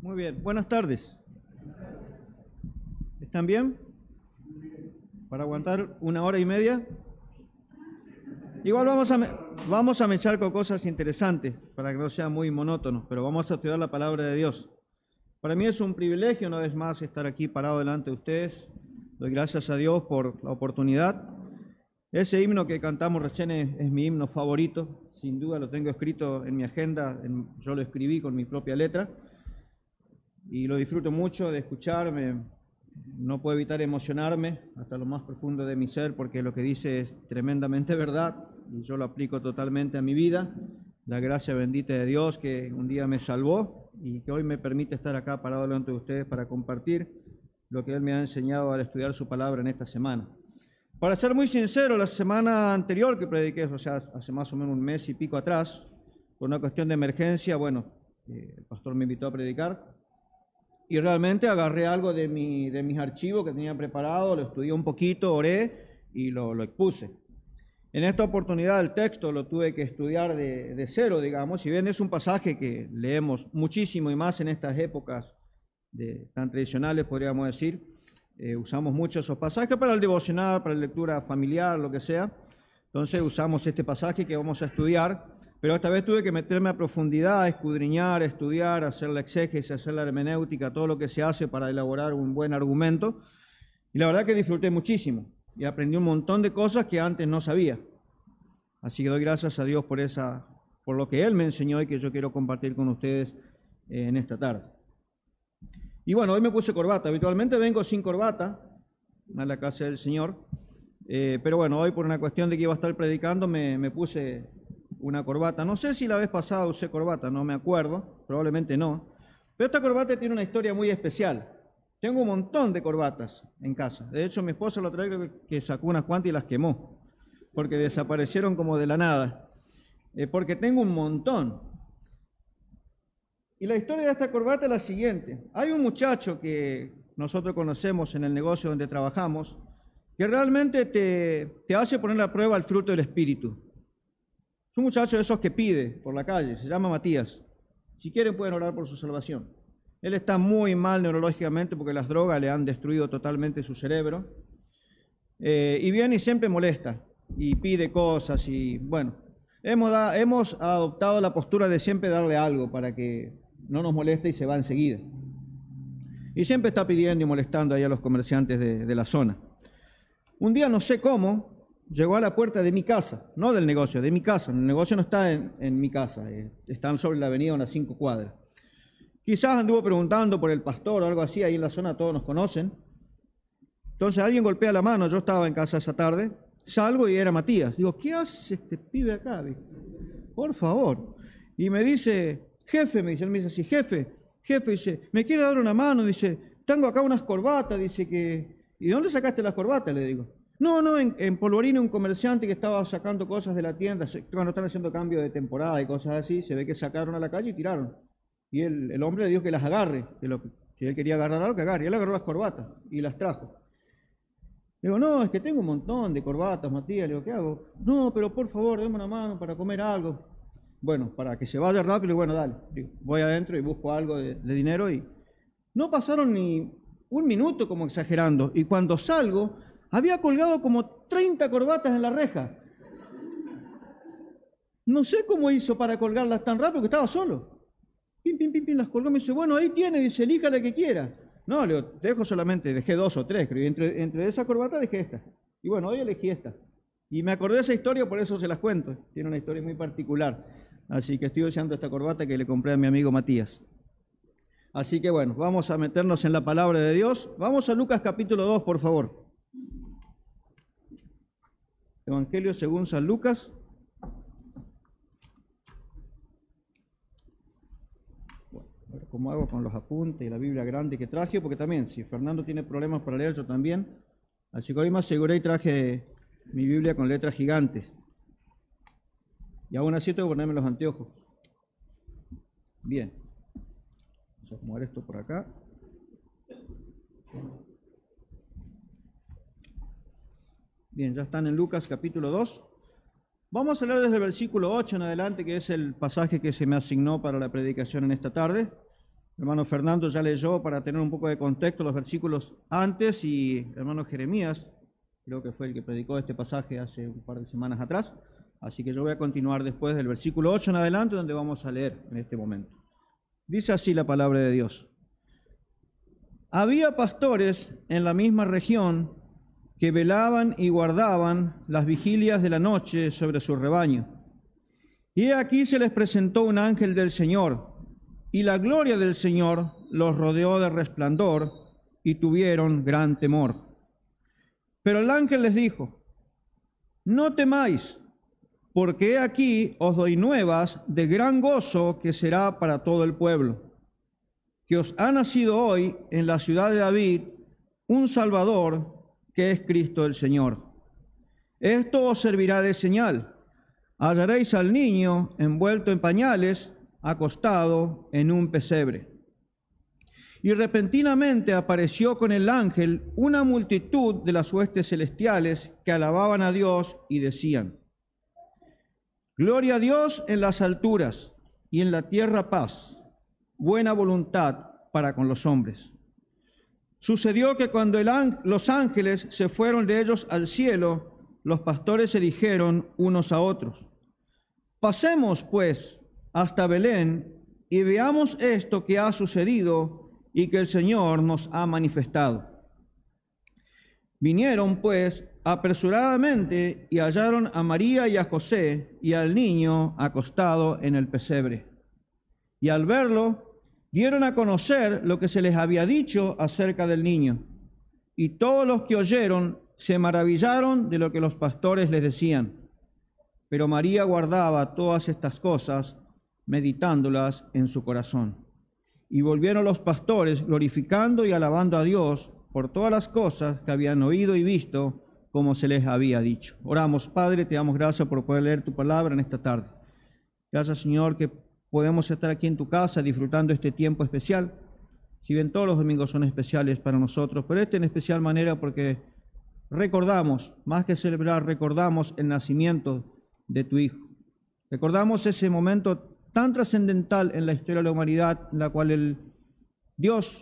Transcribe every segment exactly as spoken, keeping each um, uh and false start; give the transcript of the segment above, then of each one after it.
Muy bien, buenas tardes. ¿Están bien? ¿Para aguantar una hora y media? Igual vamos a, me- vamos a mechar con cosas interesantes, para que no sea muy monótono, pero vamos a estudiar la palabra de Dios. Para mí es un privilegio una vez más estar aquí parado delante de ustedes. Doy gracias a Dios por la oportunidad. Ese himno que cantamos recién es, es mi himno favorito, sin duda lo tengo escrito en mi agenda, en- yo lo escribí con mi propia letra y lo disfruto mucho de escucharme. No puedo evitar emocionarme hasta lo más profundo de mi ser porque lo que dice es tremendamente verdad y yo lo aplico totalmente a mi vida. La gracia bendita de Dios que un día me salvó y que hoy me permite estar acá parado delante de ustedes para compartir lo que Él me ha enseñado al estudiar su palabra en esta semana. Para ser muy sincero, la semana anterior que prediqué, o sea, hace más o menos un mes y pico atrás, por una cuestión de emergencia, bueno, eh, el pastor me invitó a predicar y realmente agarré algo de, mi, de mis archivos que tenía preparado, lo estudié un poquito, oré y lo, lo expuse. En esta oportunidad el texto lo tuve que estudiar de, de cero, digamos, si bien es un pasaje que leemos muchísimo y más en estas épocas de, tan tradicionales, podríamos decir. Eh, usamos mucho esos pasajes para el devocional, para la lectura familiar, lo que sea. Entonces usamos este pasaje que vamos a estudiar, pero esta vez tuve que meterme a profundidad, a escudriñar, a estudiar, a hacer la exégesis, a hacer la hermenéutica, todo lo que se hace para elaborar un buen argumento. Y la verdad que disfruté muchísimo y aprendí un montón de cosas que antes no sabía. Así que doy gracias a Dios por, esa, por lo que Él me enseñó y que yo quiero compartir con ustedes eh, en esta tarde. Y bueno, hoy me puse corbata. Habitualmente vengo sin corbata a la casa del Señor. Eh, pero bueno, hoy por una cuestión de que iba a estar predicando me, me puse una corbata. No sé si la vez pasada usé corbata, no me acuerdo. Probablemente no. Pero esta corbata tiene una historia muy especial. Tengo un montón de corbatas en casa. De hecho, mi esposa la otra vez creo que sacó unas cuantas y las quemó. Porque desaparecieron como de la nada. Eh, porque tengo un montón. Y la historia de esta corbata es la siguiente. Hay un muchacho que nosotros conocemos en el negocio donde trabajamos, que realmente te, te hace poner a prueba el fruto del Espíritu. Es un muchacho de esos que pide por la calle, se llama Matías. Si quieren pueden orar por su salvación. Él está muy mal neurológicamente porque las drogas le han destruido totalmente su cerebro. Eh, y viene y siempre molesta y pide cosas y bueno, hemos, da, hemos adoptado la postura de siempre darle algo para que no nos moleste y se va enseguida. Y siempre está pidiendo y molestando ahí a los comerciantes de, de la zona. Un día, no sé cómo, llegó a la puerta de mi casa, no del negocio, de mi casa. El negocio no está en, en mi casa, eh, están sobre la avenida unas cinco cuadras. Quizás anduvo preguntando por el pastor o algo así, ahí en la zona todos nos conocen. Entonces alguien golpea la mano, yo estaba en casa esa tarde, salgo y era Matías. Digo, ¿qué hace este pibe acá? Por favor. Y me dice... Jefe, me dice, él me dice así, jefe, jefe, dice, ¿me quiere dar una mano? Dice, tengo acá unas corbatas, dice que... ¿Y de dónde sacaste las corbatas? Le digo. No, no, en, en Polvorino un comerciante que estaba sacando cosas de la tienda, cuando están haciendo cambio de temporada y cosas así, se ve que sacaron a la calle y tiraron. Y el, el hombre le dijo que las agarre, que lo, si él quería agarrar algo, que agarre. Y él agarró las corbatas y las trajo. Le digo, no, es que tengo un montón de corbatas, Matías. Le digo, ¿qué hago? No, pero por favor, dame una mano para comer algo. Bueno, para que se vaya rápido, y bueno, dale, voy adentro y busco algo de, de dinero y no pasaron ni un minuto como exagerando y cuando salgo había colgado como treinta corbatas en la reja. No sé cómo hizo para colgarlas tan rápido que estaba solo. Pim, pim, pim, pim, las colgó, me dice, bueno, ahí tiene, dice, elija la que quiera. No, le digo, te dejo solamente, dejé dos o tres, creo, y entre, entre esa corbata dejé esta. Y bueno, hoy elegí esta. Y me acordé de esa historia, por eso se las cuento. Tiene una historia muy particular. Así que estoy usando esta corbata que le compré a mi amigo Matías. Así que bueno, vamos a meternos en la palabra de Dios. Vamos a Lucas capítulo dos, por favor. Evangelio según San Lucas. Bueno, a ver cómo hago con los apuntes y la Biblia grande que traje, porque también, si Fernando tiene problemas para leer, yo también. Así que hoy me aseguré y traje mi Biblia con letras gigantes. Y aún así tengo que ponerme los anteojos. Bien. Vamos a acomodar esto por acá. Bien, ya están en Lucas capítulo dos. Vamos a leer desde el versículo ocho en adelante, que es el pasaje que se me asignó para la predicación en esta tarde. hermano Fernando ya leyó para tener un poco de contexto los versículos antes y el hermano Jeremías, creo que fue el que predicó este pasaje hace un par de semanas atrás. Así que yo voy a continuar después del versículo ocho en adelante, donde vamos a leer en este momento. Dice así la palabra de Dios. Había pastores en la misma región que velaban y guardaban las vigilias de la noche sobre su rebaño. Y aquí se les presentó un ángel del Señor, y la gloria del Señor los rodeó de resplandor, y tuvieron gran temor. Pero el ángel les dijo, no temáis, porque he aquí os doy nuevas de gran gozo que será para todo el pueblo, que os ha nacido hoy en la ciudad de David un Salvador, que es Cristo el Señor. Esto os servirá de señal. Hallaréis al niño envuelto en pañales, acostado en un pesebre. Y repentinamente apareció con el ángel una multitud de las huestes celestiales que alababan a Dios y decían, Gloria a Dios en las alturas y en la tierra paz, buena voluntad para con los hombres. Sucedió que cuando el ángel, los ángeles se fueron de ellos al cielo, los pastores se dijeron unos a otros, pasemos pues hasta Belén y veamos esto que ha sucedido y que el Señor nos ha manifestado. Vinieron pues apresuradamente y hallaron a María y a José y al niño acostado en el pesebre. Y al verlo, dieron a conocer lo que se les había dicho acerca del niño. Y todos los que oyeron se maravillaron de lo que los pastores les decían. Pero María guardaba todas estas cosas, meditándolas en su corazón. Y volvieron los pastores glorificando y alabando a Dios por todas las cosas que habían oído y visto, como se les había dicho. Oramos, Padre, te damos gracias por poder leer tu palabra en esta tarde. Gracias, Señor, que podemos estar aquí en tu casa disfrutando este tiempo especial. Si bien todos los domingos son especiales para nosotros, pero este en especial manera porque recordamos, más que celebrar, recordamos el nacimiento de tu Hijo. Recordamos ese momento tan trascendental en la historia de la humanidad, en la cual el Dios,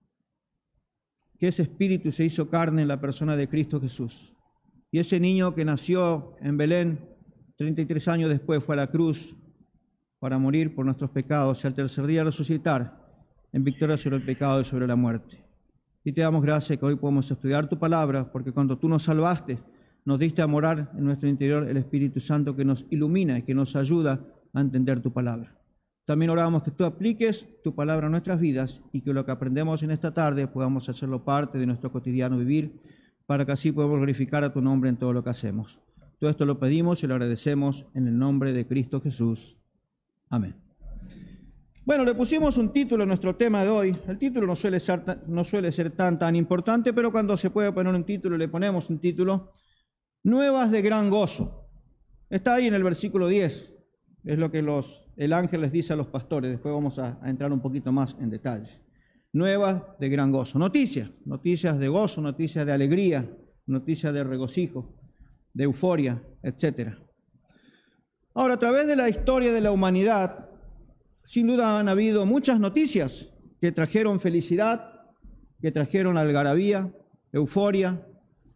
que es Espíritu, se hizo carne en la persona de Cristo Jesús. Y ese niño que nació en Belén, treinta y tres años después, fue a la cruz para morir por nuestros pecados y al tercer día resucitar en victoria sobre el pecado y sobre la muerte. Y te damos gracias que hoy podemos estudiar tu palabra, porque cuando tú nos salvaste, nos diste a morar en nuestro interior el Espíritu Santo que nos ilumina y que nos ayuda a entender tu palabra. También oramos que tú apliques tu palabra a nuestras vidas y que lo que aprendemos en esta tarde podamos hacerlo parte de nuestro cotidiano vivir, para que así podamos glorificar a tu nombre en todo lo que hacemos. Todo esto lo pedimos y lo agradecemos en el nombre de Cristo Jesús. Amén. Bueno, le pusimos un título a nuestro tema de hoy. El título no suele ser, no suele ser tan, tan importante, pero cuando se puede poner un título, le ponemos un título. Nuevas de gran gozo. Está ahí en el versículo diez. Es lo que los, el ángel les dice a los pastores. Después vamos a, a entrar un poquito más en detalles. Nuevas de gran gozo. Noticias. Noticias de gozo, noticias de alegría, noticias de regocijo, de euforia, etcétera. Ahora, a través de la historia de la humanidad, sin duda han habido muchas noticias que trajeron felicidad, que trajeron algarabía, euforia,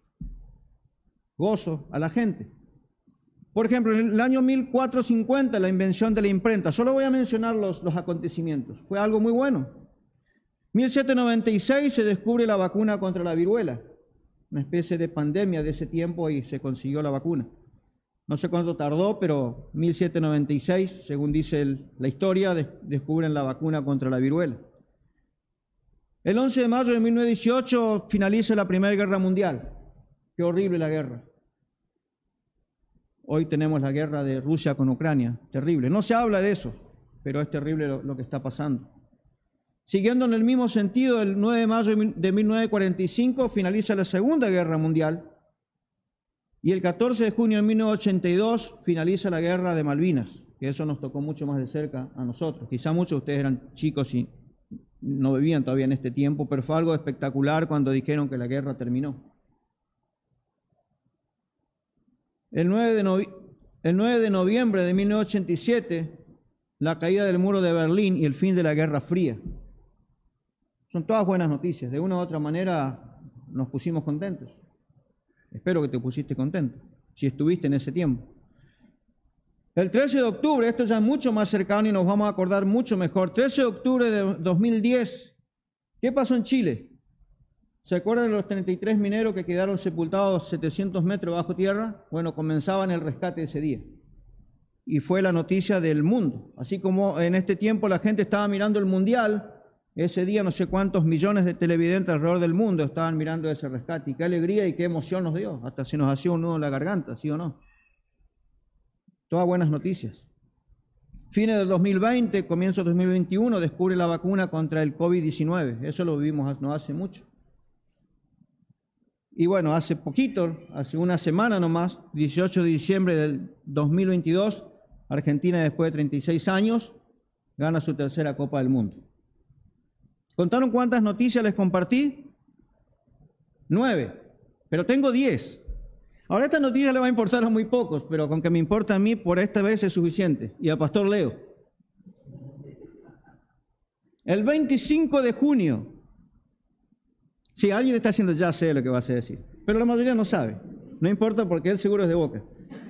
gozo a la gente. Por ejemplo, en el año mil cuatrocientos cincuenta, la invención de la imprenta. Solo voy a mencionar los, los acontecimientos. Fue algo muy bueno. mil setecientos noventa y seis se descubre la vacuna contra la viruela, una especie de pandemia de ese tiempo, y se consiguió la vacuna. No sé cuánto tardó, pero mil setecientos noventa y seis, según dice el, la historia, de, descubren la vacuna contra la viruela. El once de mayo de mil novecientos dieciocho finaliza la Primera Guerra Mundial. Qué horrible la guerra. Hoy tenemos la guerra de Rusia con Ucrania. Terrible. No se habla de eso, pero es terrible lo, lo que está pasando. Siguiendo en el mismo sentido, el nueve de mayo de mil novecientos cuarenta y cinco finaliza la Segunda Guerra Mundial. Y el catorce de junio de mil novecientos ochenta y dos finaliza la Guerra de Malvinas, que eso nos tocó mucho más de cerca a nosotros. Quizá muchos de ustedes eran chicos y no vivían todavía en este tiempo, pero fue algo espectacular cuando dijeron que la guerra terminó. El nueve de, novi- el nueve de noviembre de mil novecientos ochenta y siete, la caída del muro de Berlín y el fin de la Guerra Fría. Son todas buenas noticias. De una u otra manera nos pusimos contentos. Espero que te pusiste contento, si estuviste en ese tiempo. El trece de octubre, esto ya es mucho más cercano y nos vamos a acordar mucho mejor. trece de octubre de dos mil diez, ¿qué pasó en Chile? ¿Se acuerdan de los treinta y tres mineros que quedaron sepultados setecientos metros bajo tierra? Bueno, comenzaban el rescate ese día. Y fue la noticia del mundo. Así como en este tiempo la gente estaba mirando el mundial, ese día no sé cuántos millones de televidentes alrededor del mundo estaban mirando ese rescate. Y qué alegría y qué emoción nos dio. Hasta se nos hacía un nudo en la garganta, ¿sí o no? Todas buenas noticias. Fines del dos mil veinte, comienzo del dos mil veintiuno, descubre la vacuna contra el COVID diecinueve. Eso lo vivimos no hace mucho. Y bueno, hace poquito, hace una semana nomás, dieciocho de diciembre del dos mil veintidós, Argentina, después de treinta y seis años, gana su tercera Copa del Mundo. ¿Contaron cuántas noticias les compartí? Nueve, pero tengo diez. Ahora esta noticia le va a importar a muy pocos, pero con que me importa a mí por esta vez es suficiente. Y al pastor Leo. El veinticinco de junio. Sí, alguien está haciendo, ya sé lo que vas a decir, pero la mayoría no sabe. No importa porque él seguro es de Boca.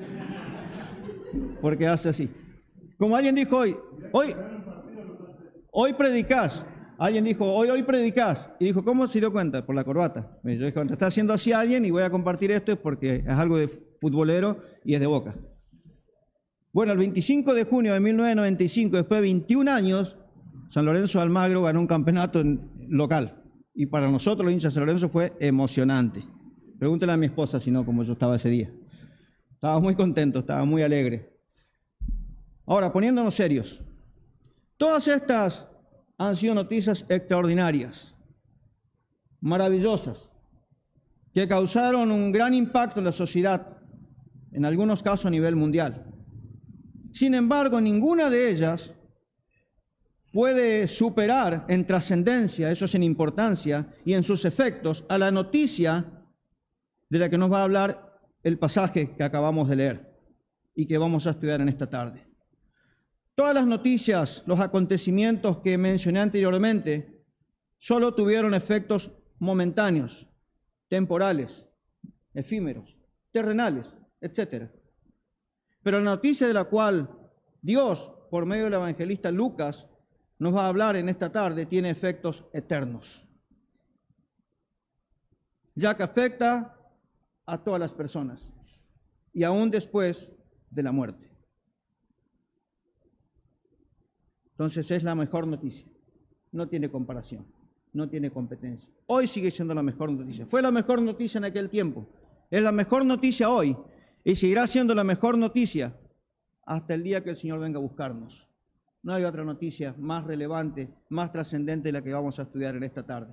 Porque hace así. Como alguien dijo hoy, hoy, hoy predicás. Alguien dijo, hoy, hoy predicás. Y dijo, ¿cómo se dio cuenta? Por la corbata. Yo dije, cuando está haciendo así a alguien y voy a compartir esto es porque es algo de futbolero y es de Boca. Bueno, el veinticinco de junio de mil novecientos noventa y cinco, después de veintiún años, San Lorenzo de Almagro ganó un campeonato local. Y para nosotros, los hinchas de San Lorenzo, fue emocionante. Pregúntale a mi esposa si no, como yo estaba ese día. Estaba muy contento, estaba muy alegre. Ahora, poniéndonos serios. Todas estas han sido noticias extraordinarias, maravillosas, que causaron un gran impacto en la sociedad, en algunos casos a nivel mundial. Sin embargo, ninguna de ellas puede superar en trascendencia, eso es en importancia, y en sus efectos, a la noticia de la que nos va a hablar el pasaje que acabamos de leer y que vamos a estudiar en esta tarde. Todas las noticias, los acontecimientos que mencioné anteriormente, solo tuvieron efectos momentáneos, temporales, efímeros, terrenales, etcétera. Pero la noticia de la cual Dios, por medio del evangelista Lucas, nos va a hablar en esta tarde, tiene efectos eternos, ya que afecta a todas las personas y aún después de la muerte. Entonces es la mejor noticia, no tiene comparación, no tiene competencia. Hoy sigue siendo la mejor noticia, fue la mejor noticia en aquel tiempo, es la mejor noticia hoy y seguirá siendo la mejor noticia hasta el día que el Señor venga a buscarnos. No hay otra noticia más relevante, más trascendente de la que vamos a estudiar en esta tarde.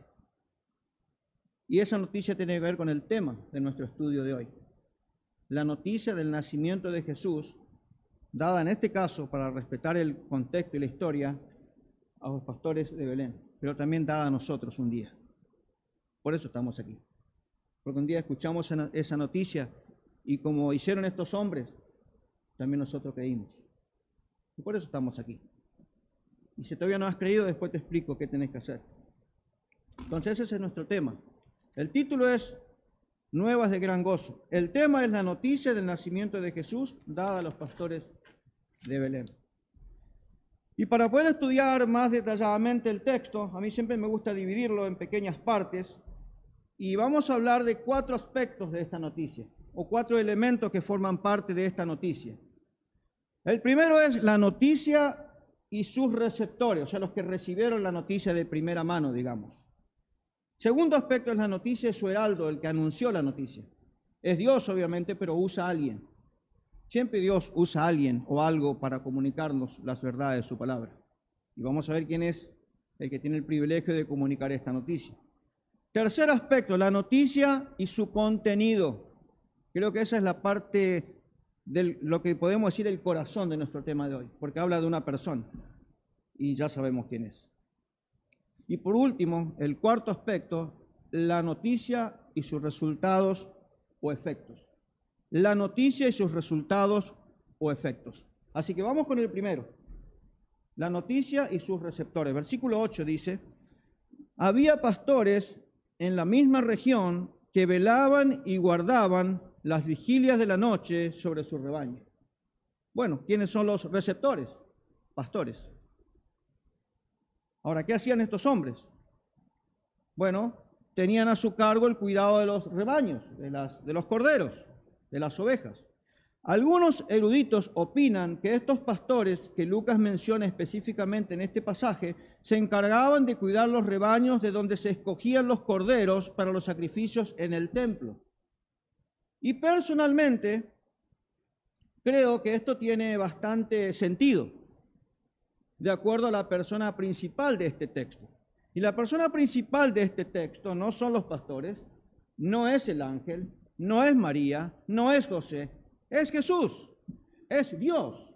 Y esa noticia tiene que ver con el tema de nuestro estudio de hoy. La noticia del nacimiento de Jesús, dada en este caso, para respetar el contexto y la historia, a los pastores de Belén, pero también dada a nosotros un día. Por eso estamos aquí. Porque un día escuchamos esa noticia y como hicieron estos hombres, también nosotros creímos. Y por eso estamos aquí. Y si todavía no has creído, después te explico qué tenés que hacer. Entonces ese es nuestro tema. El título es Nuevas de gran gozo. El tema es la noticia del nacimiento de Jesús dada a los pastores de Belén. Y para poder estudiar más detalladamente el texto, a mí siempre me gusta dividirlo en pequeñas partes y vamos a hablar de cuatro aspectos de esta noticia o cuatro elementos que forman parte de esta noticia. El primero es la noticia y sus receptores, o sea, los que recibieron la noticia de primera mano, digamos. Segundo aspecto es la noticia y su heraldo, el que anunció la noticia. Es Dios, obviamente, pero usa a alguien. Siempre Dios usa a alguien o algo para comunicarnos las verdades de su palabra. Y vamos a ver quién es el que tiene el privilegio de comunicar esta noticia. Tercer aspecto, la noticia y su contenido. Creo que esa es la parte de lo que podemos decir el corazón de nuestro tema de hoy, porque habla de una persona y ya sabemos quién es. Y por último, el cuarto aspecto, la noticia y sus resultados o efectos. La noticia y sus resultados o efectos. Así que vamos con el primero, la noticia y sus receptores. Versículo ocho dice, había pastores en la misma región que velaban y guardaban las vigilias de la noche sobre su rebaño. Bueno, ¿quiénes son los receptores? Pastores. Ahora, ¿qué hacían estos hombres? Bueno, tenían a su cargo el cuidado de los rebaños, de, las, de los corderos, de las ovejas. Algunos eruditos opinan que estos pastores que Lucas menciona específicamente en este pasaje se encargaban de cuidar los rebaños de donde se escogían los corderos para los sacrificios en el templo. Y personalmente creo que esto tiene bastante sentido, de acuerdo a la persona principal de este texto. Y la persona principal de este texto no son los pastores, no es el ángel, no es María, no es José, es Jesús, es Dios.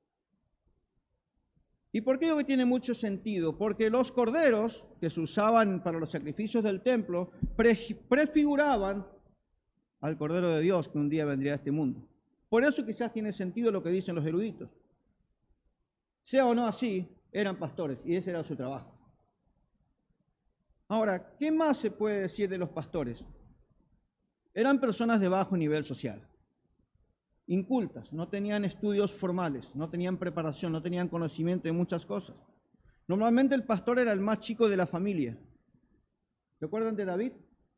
¿Y por qué digo que tiene mucho sentido? Porque los corderos que se usaban para los sacrificios del templo pre prefiguraban al Cordero de Dios que un día vendría a este mundo. Por eso quizás tiene sentido lo que dicen los eruditos. Sea o no así, eran pastores y ese era su trabajo. Ahora, ¿qué más se puede decir de los pastores? Eran personas de bajo nivel social, incultas, no tenían estudios formales, no tenían preparación, no tenían conocimiento de muchas cosas. Normalmente el pastor era el más chico de la familia. ¿Se acuerdan de David?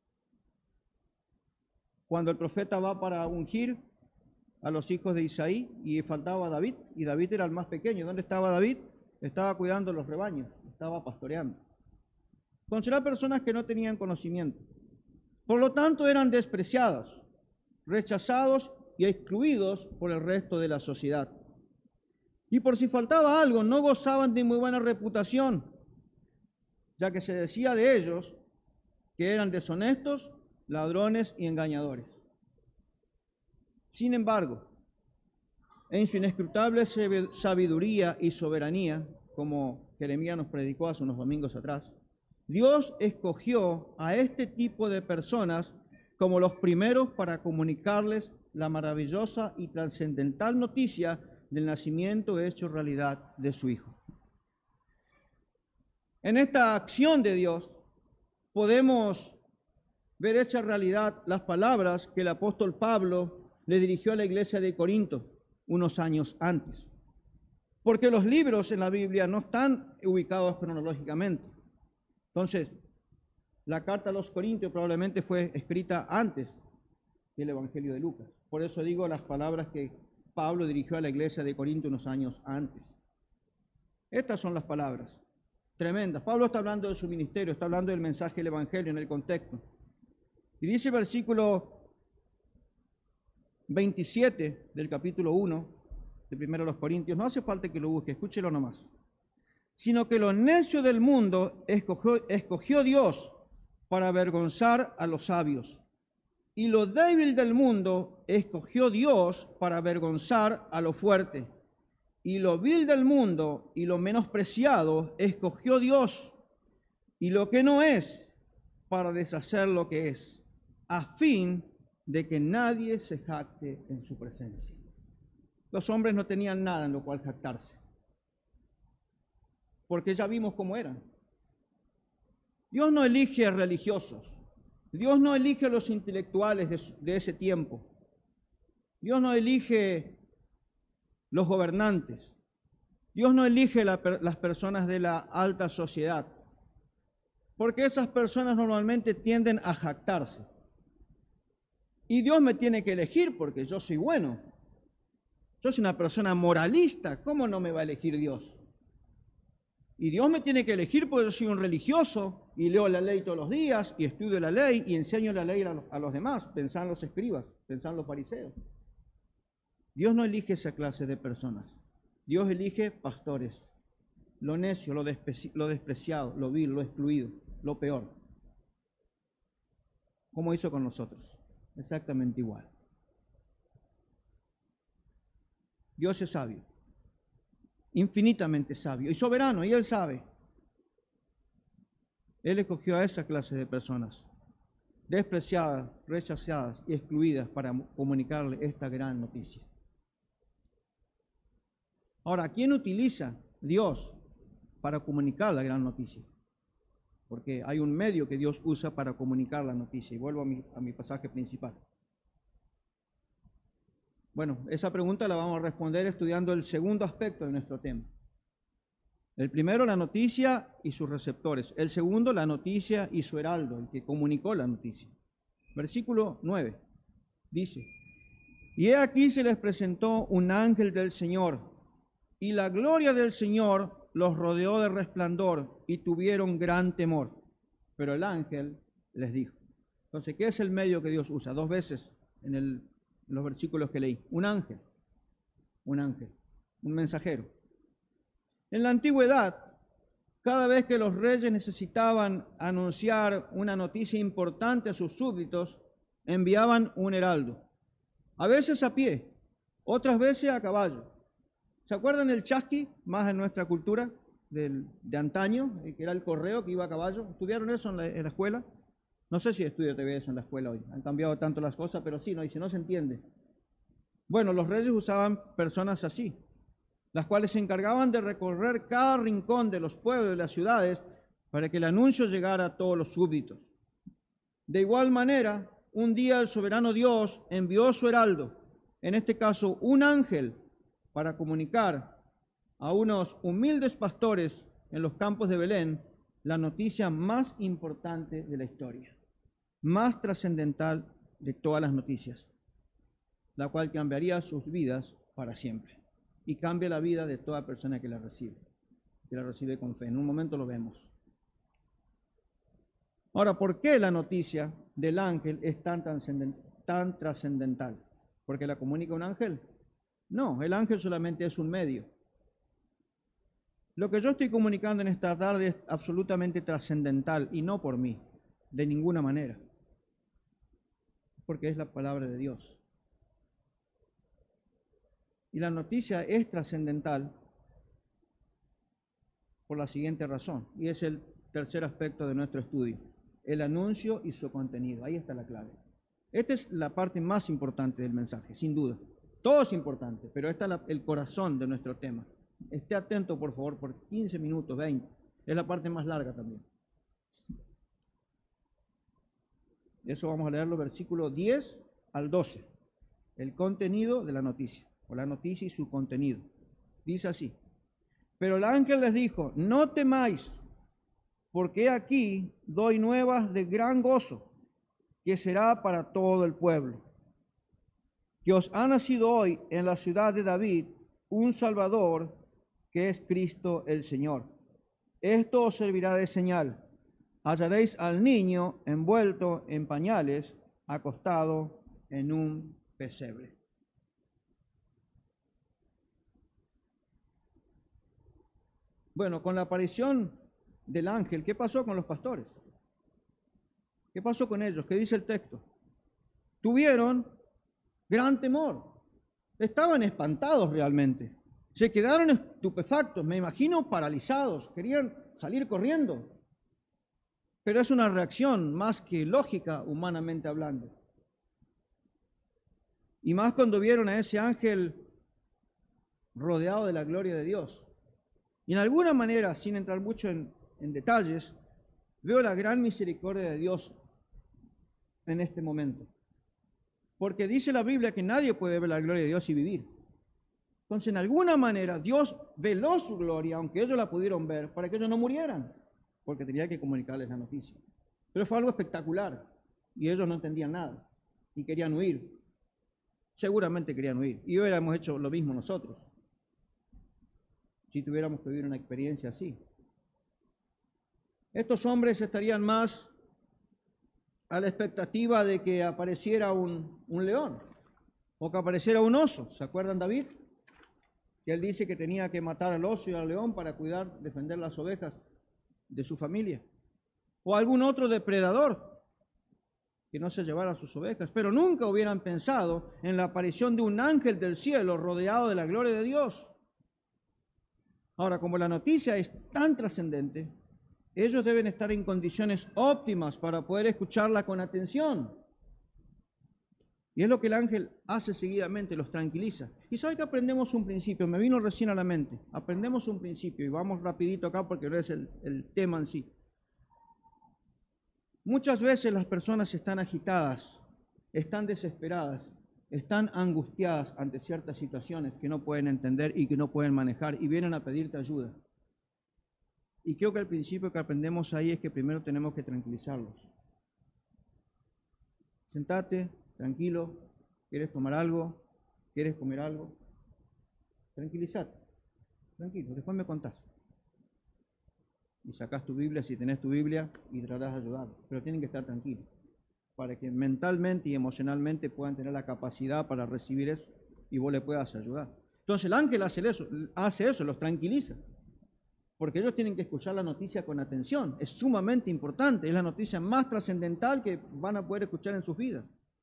Cuando el profeta va para ungir a los hijos de Isaí y faltaba David, y David era el más pequeño. ¿Dónde estaba David? Estaba cuidando los rebaños, estaba pastoreando. Entonces eran personas que no tenían conocimiento. Por lo tanto, eran despreciados, rechazados y excluidos por el resto de la sociedad. Y por si faltaba algo, no gozaban de muy buena reputación, ya que se decía de ellos que eran deshonestos, ladrones y engañadores. Sin embargo, en su inescrutable sabiduría y soberanía, como Jeremías nos predicó hace unos domingos atrás, Dios escogió a este tipo de personas como los primeros para comunicarles la maravillosa y trascendental noticia del nacimiento hecho realidad de su Hijo. En esta acción de Dios podemos ver hecha realidad las palabras que el apóstol Pablo le dirigió a la iglesia de Corinto unos años antes. Porque los libros en la Biblia no están ubicados cronológicamente. Entonces, la carta a los Corintios probablemente fue escrita antes del Evangelio de Lucas. Por eso digo las palabras que Pablo dirigió a la iglesia de Corinto unos años antes. Estas son las palabras tremendas. Pablo está hablando de su ministerio, está hablando del mensaje del Evangelio en el contexto. Y dice el versículo veintisiete del capítulo uno de primero de los Corintios, no hace falta que lo busque, escúchelo nomás. Sino que lo necio del mundo escogió, escogió Dios para avergonzar a los sabios. Y lo débil del mundo escogió Dios para avergonzar a lo fuerte. Y lo vil del mundo y lo menospreciado escogió Dios. Y lo que no es para deshacer lo que es, a fin de que nadie se jacte en su presencia. Los hombres no tenían nada en lo cual jactarse, porque ya vimos cómo eran. Dios no elige religiosos, Dios no elige a los intelectuales de, de ese tiempo, Dios no elige los gobernantes, Dios no elige la, las personas de la alta sociedad, porque esas personas normalmente tienden a jactarse. Y Dios me tiene que elegir porque yo soy bueno. Yo soy una persona moralista. ¿Cómo no me va a elegir Dios? Y Dios me tiene que elegir porque yo soy un religioso y leo la ley todos los días y estudio la ley y enseño la ley a los, a los demás. Pensan los escribas, pensan los fariseos. Dios no elige esa clase de personas. Dios elige pastores. Lo necio, lo, despreci lo despreciado, lo vil, lo excluido, lo peor. Como hizo con nosotros. Exactamente igual. Dios es sabio, infinitamente sabio y soberano, y Él sabe. Él escogió a esa clase de personas, despreciadas, rechazadas y excluidas para comunicarle esta gran noticia. Ahora, ¿quién utiliza Dios para comunicar la gran noticia? porque hay un medio que Dios usa para comunicar la noticia. Y vuelvo a mi, a mi pasaje principal. Bueno, esa pregunta la vamos a responder estudiando el segundo aspecto de nuestro tema. El primero, la noticia y sus receptores. El segundo, la noticia y su heraldo, el que comunicó la noticia. Versículo nueve dice: y he aquí se les presentó un ángel del Señor, y la gloria del Señor los rodeó de resplandor, y tuvieron gran temor. Pero el ángel les dijo. Entonces, ¿qué es el medio que Dios usa? Dos veces en, el, en los versículos que leí. Un ángel, un ángel, un mensajero. En la antigüedad, cada vez que los reyes necesitaban anunciar una noticia importante a sus súbditos, enviaban un heraldo. A veces a pie, otras veces a caballo. ¿Se acuerdan del chasqui, más en nuestra cultura, del, de antaño, que era el correo que iba a caballo? ¿Estudiaron eso en la, en la escuela? No sé si estudia todavía eso en la escuela hoy. Han cambiado tanto las cosas, pero sí, no, y si no se entiende. Bueno, los reyes usaban personas así, las cuales se encargaban de recorrer cada rincón de los pueblos y las ciudades para que el anuncio llegara a todos los súbditos. De igual manera, un día el soberano Dios envió su heraldo, en este caso un ángel, para comunicar a unos humildes pastores en los campos de Belén la noticia más importante de la historia, más trascendental de todas las noticias, la cual cambiaría sus vidas para siempre y cambia la vida de toda persona que la recibe, que la recibe con fe. En un momento lo vemos. Ahora, ¿por qué la noticia del ángel es tan tan trascendental? ¿Porque la comunica un ángel? No, el ángel solamente es un medio. Lo que yo estoy comunicando en esta tarde es absolutamente trascendental y no por mí, de ninguna manera, porque es la palabra de Dios. Y la noticia es trascendental por la siguiente razón, y es el tercer aspecto de nuestro estudio: el anuncio y su contenido. Ahí está la clave. Esta es la parte más importante del mensaje, sin duda. Todo es importante, pero esta es la, el corazón de nuestro tema. Esté atento, por favor, por quince minutos, veinte. Es la parte más larga también. Eso vamos a leer los versículos diez al doce. El contenido de la noticia, o la noticia y su contenido. Dice así: pero el ángel les dijo: no temáis, porque aquí doy nuevas de gran gozo, que será para todo el pueblo. Que os ha nacido hoy en la ciudad de David un Salvador, que es Cristo el Señor. Esto os servirá de señal: hallaréis al niño envuelto en pañales, acostado en un pesebre. Bueno, con la aparición del ángel, ¿qué pasó con los pastores? ¿Qué pasó con ellos? ¿Qué dice el texto? Tuvieron gran temor. Estaban espantados realmente. Se quedaron estupefactos, me imagino paralizados. Querían salir corriendo. Pero es una reacción más que lógica, humanamente hablando. Y más cuando vieron a ese ángel rodeado de la gloria de Dios. Y en alguna manera, sin entrar mucho en, en detalles, veo la gran misericordia de Dios en este momento. Porque dice la Biblia que nadie puede ver la gloria de Dios y vivir. Entonces, en alguna manera, Dios veló su gloria, aunque ellos la pudieron ver, para que ellos no murieran, porque tenía que comunicarles la noticia. Pero fue algo espectacular, y ellos no entendían nada, y querían huir. Seguramente querían huir, y hubiéramos hecho lo mismo nosotros, si tuviéramos que vivir una experiencia así. Estos hombres estarían más a la expectativa de que apareciera un, un león o que apareciera un oso. ¿Se acuerdan David? Que él dice que tenía que matar al oso y al león para cuidar, defender las ovejas de su familia. O algún otro depredador que no se llevara a sus ovejas. Pero nunca hubieran pensado en la aparición de un ángel del cielo rodeado de la gloria de Dios. Ahora, como la noticia es tan trascendente, ellos deben estar en condiciones óptimas para poder escucharla con atención. Y es lo que el ángel hace seguidamente, los tranquiliza. Y sabe que aprendemos un principio, me vino recién a la mente. Aprendemos un principio, y vamos rapidito acá porque no es el, el tema en sí. Muchas veces las personas están agitadas, están desesperadas, están angustiadas ante ciertas situaciones que no pueden entender y que no pueden manejar y vienen a pedirte ayuda. Y creo que el principio que aprendemos ahí es que primero tenemos que tranquilizarlos. Sentate, tranquilo, ¿quieres tomar algo? ¿Quieres comer algo? Tranquilízate, tranquilo, después me contás. Y sacás tu Biblia, si tenés tu Biblia, y tratás de ayudar. Pero tienen que estar tranquilos, para que mentalmente y emocionalmente puedan tener la capacidad para recibir eso y vos le puedas ayudar. Entonces el ángel hace eso, hace eso, los tranquiliza, porque ellos tienen que escuchar la noticia con atención. Es sumamente importante, es la noticia más trascendental que van a poder escuchar en sus vidas.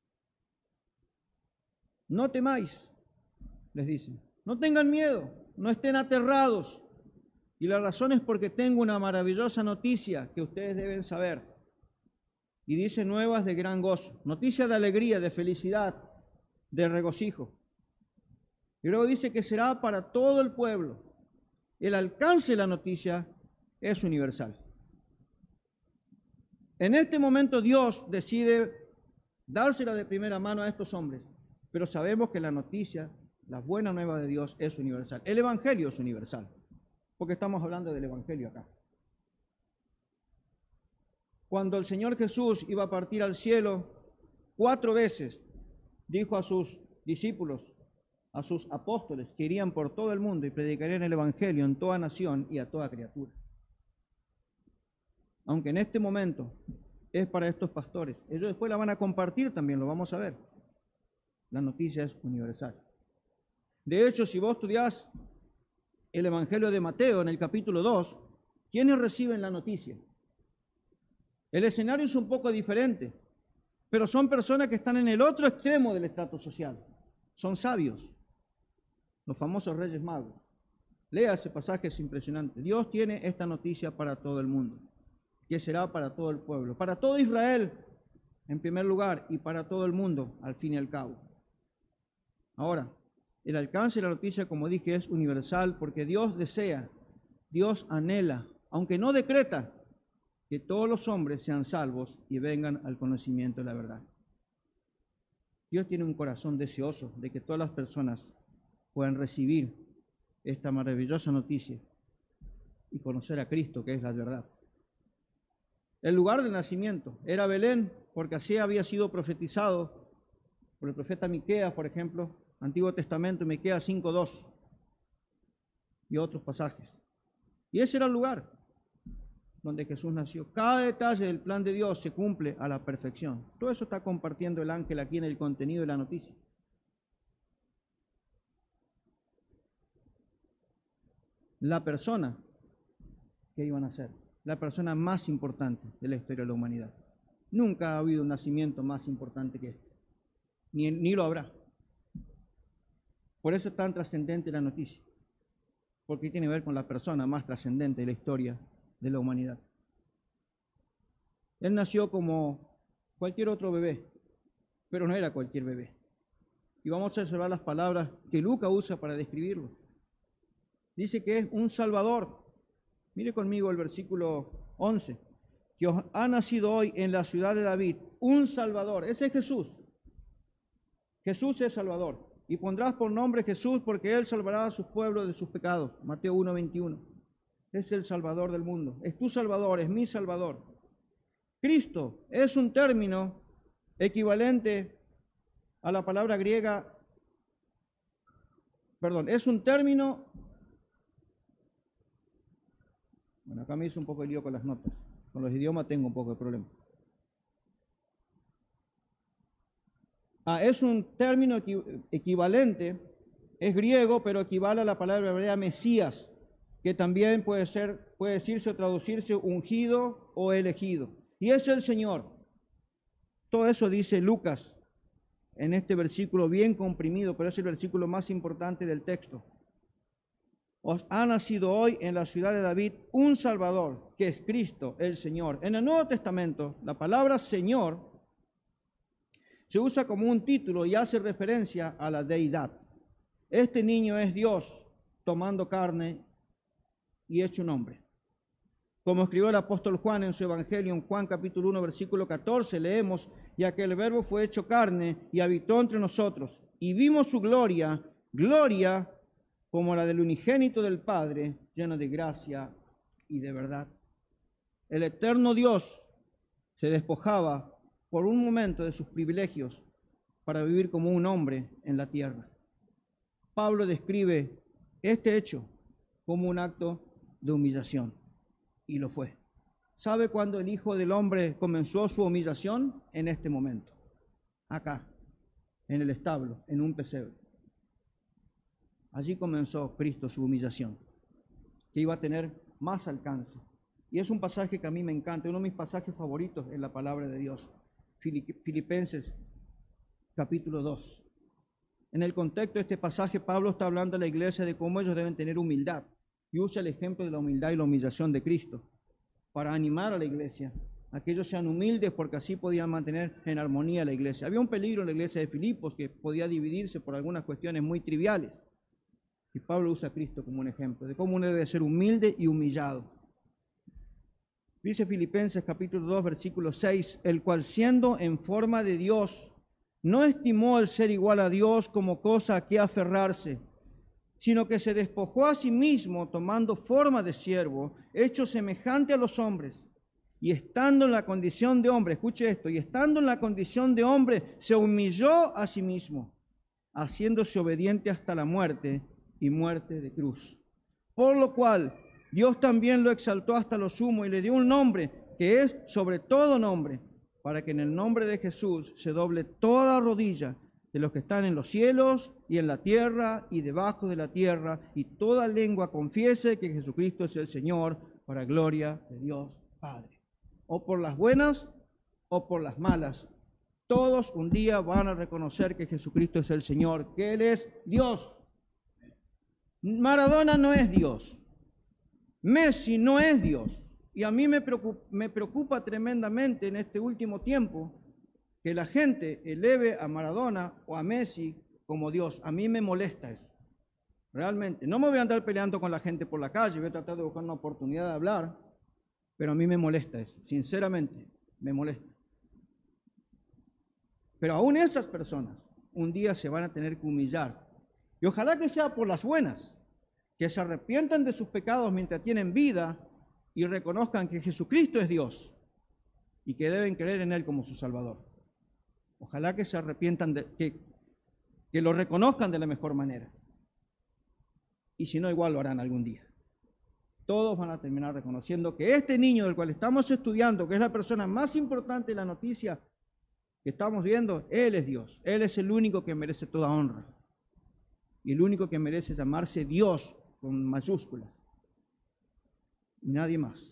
No temáis, les dicen, no tengan miedo, no estén aterrados. Y la razón es porque tengo una maravillosa noticia que ustedes deben saber. Y dice nuevas de gran gozo, noticia de alegría, de felicidad, de regocijo. Y luego dice que será para todo el pueblo. El alcance de la noticia es universal. En este momento Dios decide dársela de primera mano a estos hombres, pero sabemos que la noticia, la buena nueva de Dios es universal. El Evangelio es universal, porque estamos hablando del Evangelio acá. Cuando el Señor Jesús iba a partir al cielo, cuatro veces dijo a sus discípulos, a sus apóstoles, que irían por todo el mundo y predicarían el Evangelio en toda nación y a toda criatura. Aunque en este momento es para estos pastores, ellos después la van a compartir también, lo vamos a ver. La noticia es universal. De hecho, si vos estudiás el Evangelio de Mateo en el capítulo dos, ¿quiénes reciben la noticia? El escenario es un poco diferente, pero son personas que están en el otro extremo del estrato social. Son sabios, los famosos Reyes Magos. Lea ese pasaje, es impresionante. Dios tiene esta noticia para todo el mundo, que será para todo el pueblo, para todo Israel en primer lugar y para todo el mundo al fin y al cabo. Ahora, el alcance de la noticia, como dije, es universal porque Dios desea, Dios anhela, aunque no decreta, que todos los hombres sean salvos y vengan al conocimiento de la verdad. Dios tiene un corazón deseoso de que todas las personas puedan recibir esta maravillosa noticia y conocer a Cristo, que es la verdad. El lugar de nacimiento era Belén, porque así había sido profetizado por el profeta Miqueas, por ejemplo, Antiguo Testamento, Miqueas cinco dos y otros pasajes. Y ese era el lugar donde Jesús nació. Cada detalle del plan de Dios se cumple a la perfección. Todo eso está compartiendo el ángel aquí en el contenido de la noticia. La persona que iban a ser, la persona más importante de la historia de la humanidad. Nunca ha habido un nacimiento más importante que este, ni, ni lo habrá. Por eso es tan trascendente la noticia, porque tiene que ver con la persona más trascendente de la historia de la humanidad. Él nació como cualquier otro bebé, pero no era cualquier bebé. Y vamos a observar las palabras que Lucas usa para describirlo. Dice que es un Salvador. Mire conmigo el versículo once. Que os ha nacido hoy en la ciudad de David un Salvador. Ese es Jesús. Jesús es Salvador. Y pondrás por nombre Jesús porque Él salvará a sus pueblos de sus pecados. Mateo uno veintiuno. Es el Salvador del mundo. Es tu Salvador, es mi Salvador. Cristo es un término equivalente a la palabra griega, perdón, es un término, bueno, acá me hizo un poco de lío con las notas, con los idiomas tengo un poco de problema. Ah, es un término equivalente, es griego, pero equivale a la palabra hebrea Mesías, que también puede ser, puede decirse o traducirse ungido o elegido. Y es el Señor. Todo eso dice Lucas en este versículo bien comprimido, pero es el versículo más importante del texto. Os ha nacido hoy en la ciudad de David un Salvador, que es Cristo el Señor. En el Nuevo Testamento, la palabra Señor se usa como un título y hace referencia a la deidad. Este niño es Dios tomando carne y hecho un hombre. Como escribió el apóstol Juan en su Evangelio, en Juan capítulo uno, versículo catorce, leemos, y aquel verbo fue hecho carne y habitó entre nosotros, y vimos su gloria, gloria como la del unigénito del Padre, lleno de gracia y de verdad. El eterno Dios se despojaba por un momento de sus privilegios para vivir como un hombre en la tierra. Pablo describe este hecho como un acto de humillación, y lo fue. ¿Sabe cuándo el Hijo del Hombre comenzó su humillación? En este momento, acá, en el establo, en un pesebre. Allí comenzó Cristo su humillación, que iba a tener más alcance. Y es un pasaje que a mí me encanta, uno de mis pasajes favoritos en la palabra de Dios. Filipenses capítulo dos. En el contexto de este pasaje, Pablo está hablando a la iglesia de cómo ellos deben tener humildad, y usa el ejemplo de la humildad y la humillación de Cristo para animar a la iglesia, a que ellos sean humildes, porque así podían mantener en armonía la iglesia. Había un peligro en la iglesia de Filipos que podía dividirse por algunas cuestiones muy triviales, y Pablo usa a Cristo como un ejemplo de cómo uno debe ser humilde y humillado. Dice Filipenses capítulo dos, versículo seis, el cual siendo en forma de Dios, no estimó el ser igual a Dios como cosa a que aferrarse, sino que se despojó a sí mismo, tomando forma de siervo, hecho semejante a los hombres, y estando en la condición de hombre, escuche esto, y estando en la condición de hombre, se humilló a sí mismo, haciéndose obediente hasta la muerte, y muerte de cruz. Por lo cual, Dios también lo exaltó hasta lo sumo, y le dio un nombre, que es sobre todo nombre, para que en el nombre de Jesús se doble toda rodilla, de los que están en los cielos y en la tierra y debajo de la tierra, y toda lengua confiese que Jesucristo es el Señor, para gloria de Dios Padre. O por las buenas o por las malas, todos un día van a reconocer que Jesucristo es el Señor, que Él es Dios. Maradona no es Dios, Messi no es Dios, y a mí me preocupa, me preocupa tremendamente en este último tiempo que la gente eleve a Maradona o a Messi como Dios. A mí me molesta eso, realmente. No me voy a andar peleando con la gente por la calle, voy a tratar de buscar una oportunidad de hablar, pero a mí me molesta eso, sinceramente, me molesta. Pero aún esas personas un día se van a tener que humillar, y ojalá que sea por las buenas, que se arrepientan de sus pecados mientras tienen vida y reconozcan que Jesucristo es Dios y que deben creer en Él como su Salvador. Ojalá que se arrepientan, de, que, que lo reconozcan de la mejor manera. Y si no, igual lo harán algún día. Todos van a terminar reconociendo que este niño del cual estamos estudiando, que es la persona más importante de la noticia que estamos viendo, Él es Dios. Él es el único que merece toda honra. Y el único que merece llamarse Dios con mayúsculas. Y nadie más.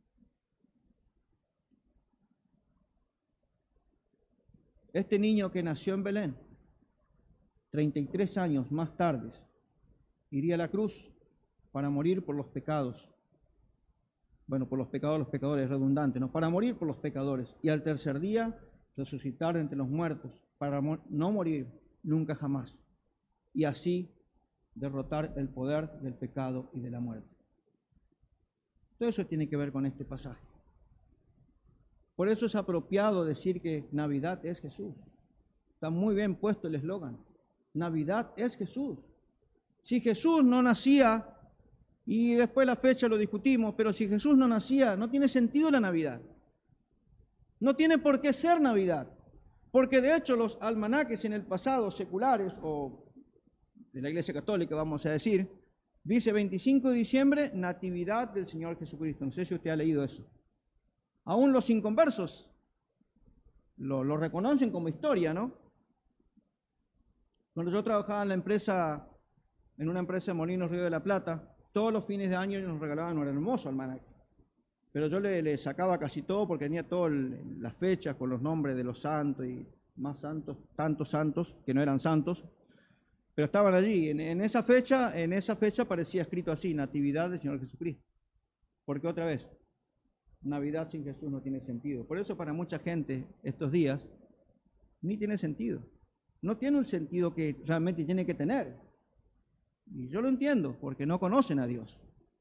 Este niño que nació en Belén, treinta y tres años más tarde, iría a la cruz para morir por los pecados. Bueno, por los pecados, los pecadores, redundante, ¿no? Para morir por los pecadores. Y al tercer día, resucitar entre los muertos, para no morir nunca jamás. Y así derrotar el poder del pecado y de la muerte. Todo eso tiene que ver con este pasaje. Por eso es apropiado decir que Navidad es Jesús. Está muy bien puesto el eslogan. Navidad es Jesús. Si Jesús no nacía, y después la fecha lo discutimos, pero si Jesús no nacía, no tiene sentido la Navidad. No tiene por qué ser Navidad. Porque de hecho los almanaques en el pasado, seculares, o de la Iglesia Católica, vamos a decir, dice veinticinco de diciembre, Natividad del Señor Jesucristo. No sé si usted ha leído eso. Aún los inconversos lo, lo reconocen como historia, ¿no? Cuando yo trabajaba en la empresa, en una empresa de Molinos Río de la Plata, todos los fines de año nos regalaban un hermoso almanaque. Pero yo le, le sacaba casi todo porque tenía todas las fechas con los nombres de los santos y más santos, tantos santos que no eran santos, pero estaban allí. En, en esa fecha, en esa fecha aparecía escrito así, Natividad del Señor Jesucristo. Porque otra vez, Navidad sin Jesús no tiene sentido. Por eso para mucha gente estos días ni tiene sentido. No tiene un sentido que realmente tiene que tener. Y yo lo entiendo, porque no conocen a Dios.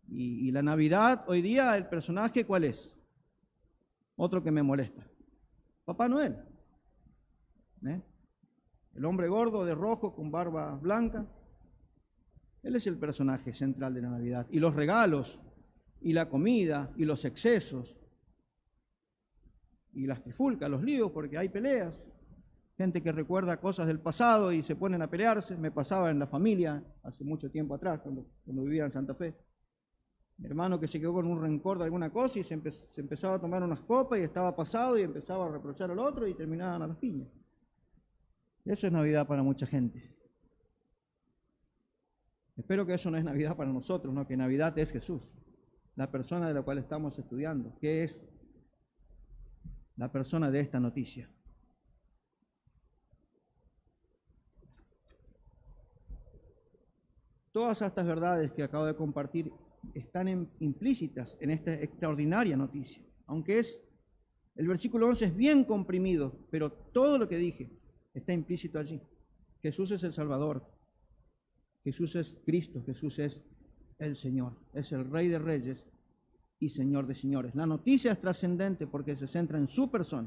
Y, y la Navidad, hoy día, el personaje, ¿cuál es? Otro que me molesta. Papá Noel. ¿Eh? El hombre gordo de rojo con barba blanca. Él es el personaje central de la Navidad. Y los regalos, y la comida, y los excesos, y las trifulcas, los líos, porque hay peleas. Gente que recuerda cosas del pasado y se ponen a pelearse. Me pasaba en la familia hace mucho tiempo atrás, cuando, cuando vivía en Santa Fe. Mi hermano que se quedó con un rencor de alguna cosa y se, empe se empezaba a tomar unas copas y estaba pasado y empezaba a reprochar al otro y terminaban a las piñas. Eso es Navidad para mucha gente. Espero que eso no es Navidad para nosotros, ¿no? Que Navidad es Jesús, la persona de la cual estamos estudiando, que es la persona de esta noticia. Todas estas verdades que acabo de compartir están en, implícitas en esta extraordinaria noticia. Aunque es, el versículo once es bien comprimido, pero todo lo que dije está implícito allí. Jesús es el Salvador, Jesús es Cristo, Jesús es el Señor, es el Rey de Reyes y Señor de Señores. La noticia es trascendente porque se centra en su persona.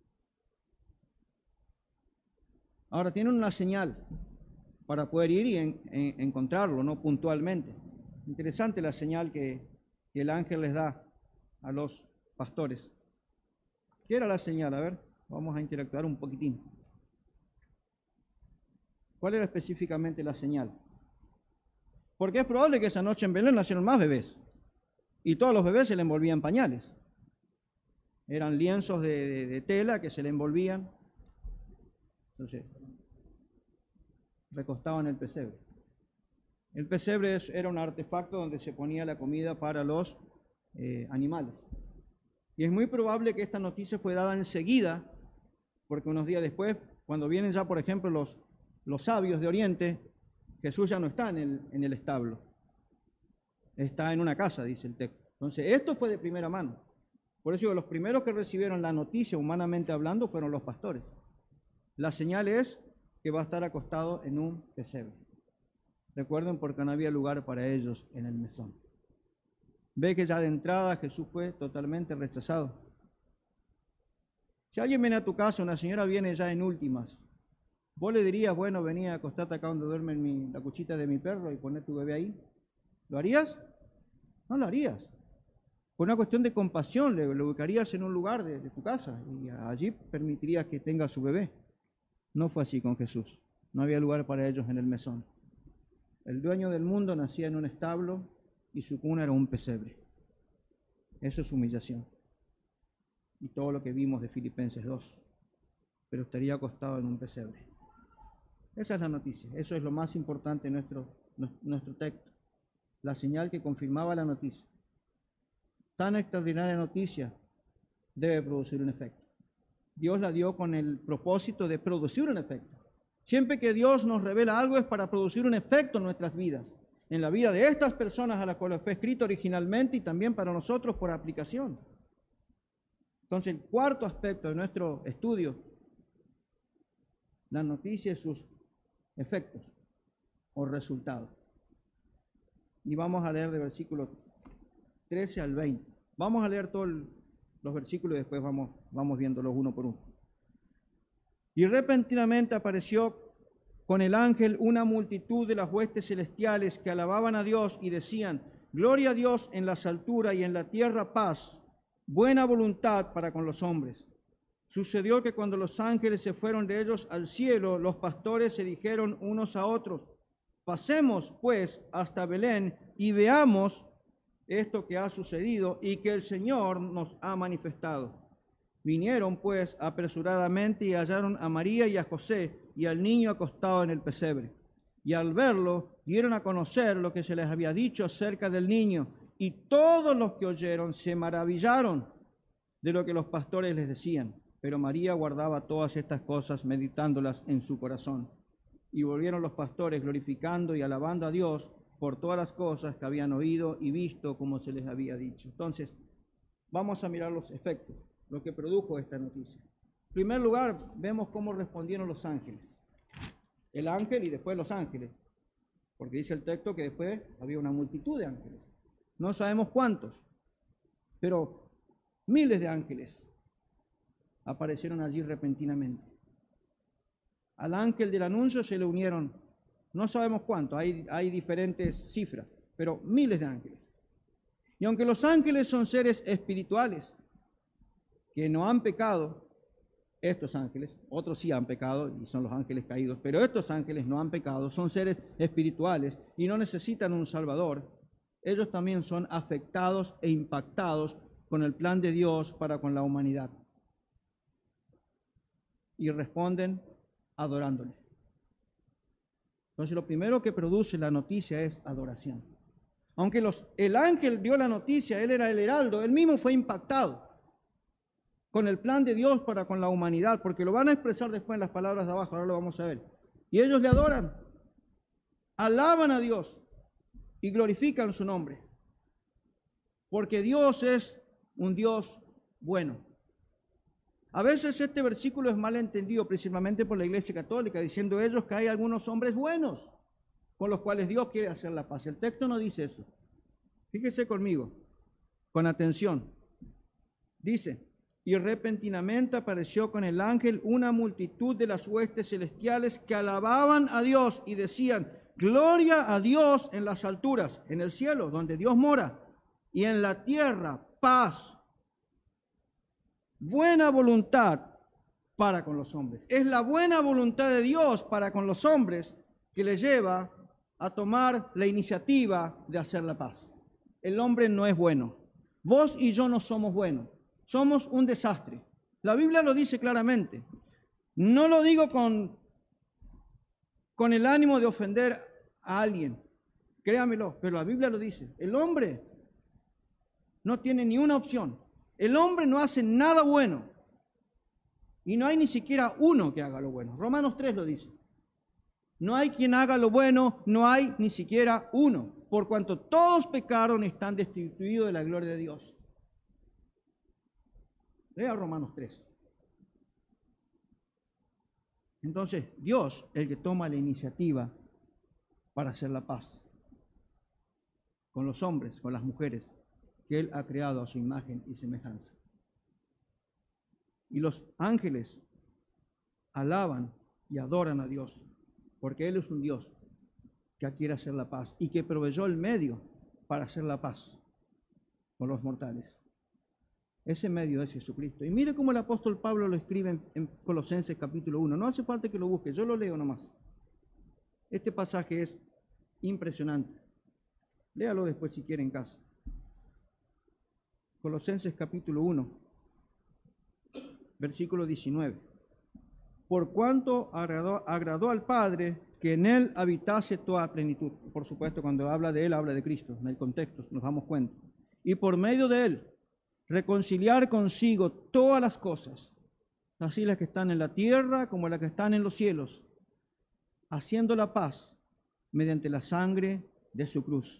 Ahora tienen una señal para poder ir y en, en, encontrarlo, ¿no? Puntualmente. Interesante la señal que, que el ángel les da a los pastores. ¿Qué era la señal? A ver, vamos a interactuar un poquitín. ¿Cuál era específicamente la señal? Porque es probable que esa noche en Belén nacieron más bebés. Y todos los bebés se le envolvían pañales. Eran lienzos de, de, de tela que se le envolvían. Entonces, recostaban el pesebre. El pesebre era un artefacto donde se ponía la comida para los eh, animales. Y es muy probable que esta noticia fue dada enseguida, porque unos días después, cuando vienen ya, por ejemplo, los, los sabios de Oriente, Jesús ya no está en el, en el establo. Está en una casa, dice el texto. Entonces, esto fue de primera mano. Por eso digo, los primeros que recibieron la noticia, humanamente hablando, fueron los pastores. La señal es que va a estar acostado en un pesebre. Recuerden, porque no había lugar para ellos en el mesón. Ve que ya de entrada Jesús fue totalmente rechazado. Si alguien viene a tu casa, una señora viene ya en últimas, ¿vos le dirías, bueno, vení a acostarte acá donde duerme mi, la cuchita de mi perro y poner tu bebé ahí? ¿Lo harías? No lo harías. Por una cuestión de compasión, le, lo ubicarías en un lugar de, de tu casa y allí permitirías que tenga su bebé. No fue así con Jesús. No había lugar para ellos en el mesón. El dueño del mundo nacía en un establo y su cuna era un pesebre. Eso es humillación. Y todo lo que vimos de Filipenses dos. Pero estaría acostado en un pesebre. Esa es la noticia. Eso es lo más importante en nuestro, nuestro texto. La señal que confirmaba la noticia. Tan extraordinaria noticia debe producir un efecto. Dios la dio con el propósito de producir un efecto. Siempre que Dios nos revela algo es para producir un efecto en nuestras vidas, en la vida de estas personas a las cuales fue escrito originalmente y también para nosotros por aplicación. Entonces, el cuarto aspecto de nuestro estudio, la noticia y sus efectos o resultados. Y vamos a leer de versículos trece al veinte. Vamos a leer todos los versículos y después vamos, vamos viéndolos uno por uno. Y repentinamente apareció con el ángel una multitud de las huestes celestiales que alababan a Dios y decían, gloria a Dios en las alturas y en la tierra paz, buena voluntad para con los hombres. Sucedió que cuando los ángeles se fueron de ellos al cielo, los pastores se dijeron unos a otros, pasemos pues hasta Belén y veamos esto que ha sucedido y que el Señor nos ha manifestado. Vinieron pues apresuradamente y hallaron a María y a José y al niño acostado en el pesebre. Y al verlo dieron a conocer lo que se les había dicho acerca del niño. Y todos los que oyeron se maravillaron de lo que los pastores les decían. Pero María guardaba todas estas cosas, meditándolas en su corazón. Y volvieron los pastores glorificando y alabando a Dios por todas las cosas que habían oído y visto como se les había dicho. Entonces, vamos a mirar los efectos, lo que produjo esta noticia. En primer lugar, vemos cómo respondieron los ángeles. El ángel y después los ángeles. Porque dice el texto que después había una multitud de ángeles. no sabemos cuántos, pero miles de ángeles aparecieron allí repentinamente. Al ángel del anuncio se le unieron, no sabemos cuántos, hay, hay diferentes cifras, pero miles de ángeles. Y aunque los ángeles son seres espirituales que no han pecado, estos ángeles, otros sí han pecado y son los ángeles caídos, pero estos ángeles no han pecado, son seres espirituales y no necesitan un salvador. Ellos también son afectados e impactados con el plan de Dios para con la humanidad. Y responden adorándole. Entonces lo primero que produce la noticia es adoración. Aunque los, el ángel vio la noticia, él era el heraldo, él mismo fue impactado con el plan de Dios para con la humanidad, porque lo van a expresar después en las palabras de abajo, ahora lo vamos a ver. Y ellos le adoran, alaban a Dios y glorifican su nombre, porque Dios es un Dios bueno. A veces este versículo es mal entendido, principalmente por la Iglesia Católica, diciendo ellos que hay algunos hombres buenos con los cuales Dios quiere hacer la paz. El texto no dice eso. Fíjese conmigo, con atención. Dice, y repentinamente apareció con el ángel una multitud de las huestes celestiales que alababan a Dios y decían, gloria a Dios en las alturas, en el cielo, donde Dios mora, y en la tierra, paz, buena voluntad para con los hombres. Es la buena voluntad de Dios para con los hombres que le lleva a tomar la iniciativa de hacer la paz. El hombre no es bueno. Vos y yo no somos buenos. Somos un desastre. La Biblia lo dice claramente. No lo digo con, con el ánimo de ofender a alguien. Créamelo, pero la Biblia lo dice. El hombre no tiene ni una opción. El hombre no hace nada bueno. Y no hay ni siquiera uno que haga lo bueno. Romanos tres lo dice. No hay quien haga lo bueno, no hay ni siquiera uno. Por cuanto todos pecaron y están destituidos de la gloria de Dios. Lea Romanos tres. Entonces, Dios es el que toma la iniciativa para hacer la paz con los hombres, con las mujeres, que Él ha creado a su imagen y semejanza. Y los ángeles alaban y adoran a Dios, porque Él es un Dios que quiere hacer la paz y que proveyó el medio para hacer la paz con los mortales. Ese medio es Jesucristo. Y mire cómo el apóstol Pablo lo escribe en, en Colosenses capítulo uno. No hace falta que lo busque, yo lo leo nomás. Este pasaje es impresionante. Léalo después si quiere en casa. Colosenses capítulo uno, versículo diecinueve. Por cuanto agradó, agradó al Padre que en Él habitase toda plenitud. Por supuesto, cuando habla de Él, habla de Cristo. En el contexto nos damos cuenta. Y por medio de Él, reconciliar consigo todas las cosas, así las que están en la tierra como las que están en los cielos, haciendo la paz mediante la sangre de su cruz.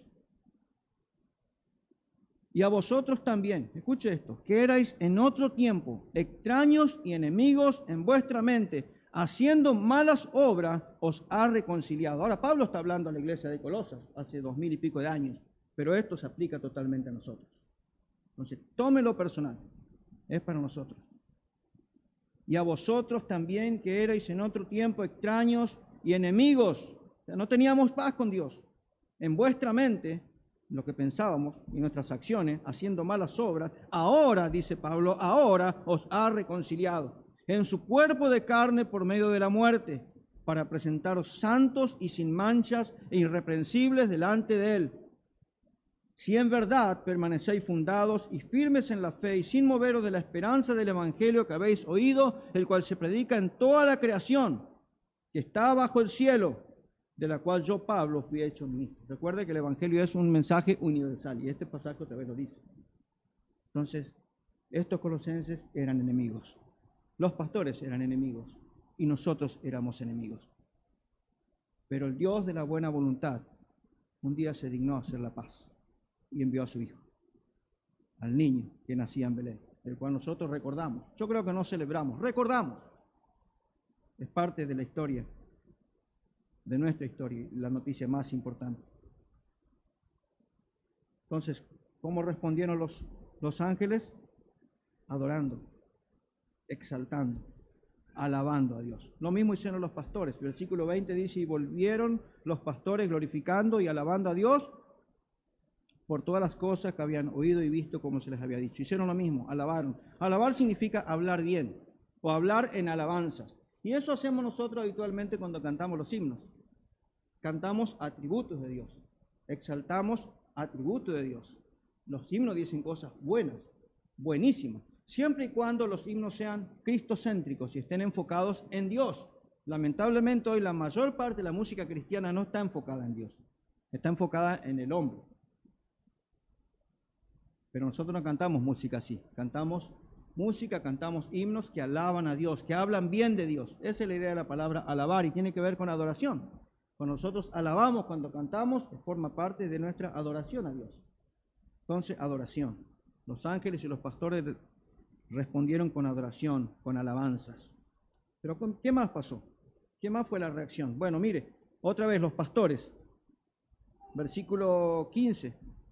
Y a vosotros también, escuche esto, que erais en otro tiempo extraños y enemigos en vuestra mente, haciendo malas obras, os ha reconciliado. Ahora Pablo está hablando a la iglesia de Colosas hace dos mil y pico de años, pero esto se aplica totalmente a nosotros. Entonces, tómelo personal, es para nosotros. Y a vosotros también que erais en otro tiempo extraños y enemigos, o sea, no teníamos paz con Dios, en vuestra mente, lo que pensábamos y nuestras acciones, haciendo malas obras, ahora, dice Pablo, ahora os ha reconciliado en su cuerpo de carne por medio de la muerte, para presentaros santos y sin manchas e irreprensibles delante de Él. Si en verdad permanecéis fundados y firmes en la fe y sin moveros de la esperanza del Evangelio que habéis oído, el cual se predica en toda la creación que está bajo el cielo, de la cual yo, Pablo, fui hecho ministro. Recuerde que el Evangelio es un mensaje universal y este pasaje otra vez lo dice. Entonces, estos colosenses eran enemigos. Los pastores eran enemigos y nosotros éramos enemigos. Pero el Dios de la buena voluntad un día se dignó a hacer la paz y envió a su Hijo, al niño que nacía en Belén, el cual nosotros recordamos. Yo creo que no celebramos, recordamos. Es parte de la historia, de nuestra historia, la noticia más importante. Entonces, ¿cómo respondieron los, los ángeles? Adorando, exaltando, alabando a Dios. Lo mismo hicieron los pastores. Versículo veinte dice, y volvieron los pastores glorificando y alabando a Dios por todas las cosas que habían oído y visto como se les había dicho. Hicieron lo mismo, alabaron. Alabar significa hablar bien o hablar en alabanzas. Y eso hacemos nosotros habitualmente cuando cantamos los himnos. Cantamos atributos de Dios, exaltamos atributos de Dios. Los himnos dicen cosas buenas, buenísimas, siempre y cuando los himnos sean cristocéntricos y estén enfocados en Dios. Lamentablemente hoy la mayor parte de la música cristiana no está enfocada en Dios, está enfocada en el hombre. Pero nosotros no cantamos música así, cantamos música, cantamos himnos que alaban a Dios, que hablan bien de Dios. Esa es la idea de la palabra alabar y tiene que ver con adoración. Cuando nosotros alabamos, cuando cantamos, forma parte de nuestra adoración a Dios. Entonces, adoración. Los ángeles y los pastores respondieron con adoración, con alabanzas. Pero ¿qué más pasó? ¿Qué más fue la reacción? Bueno, mire, otra vez los pastores. Versículo quince.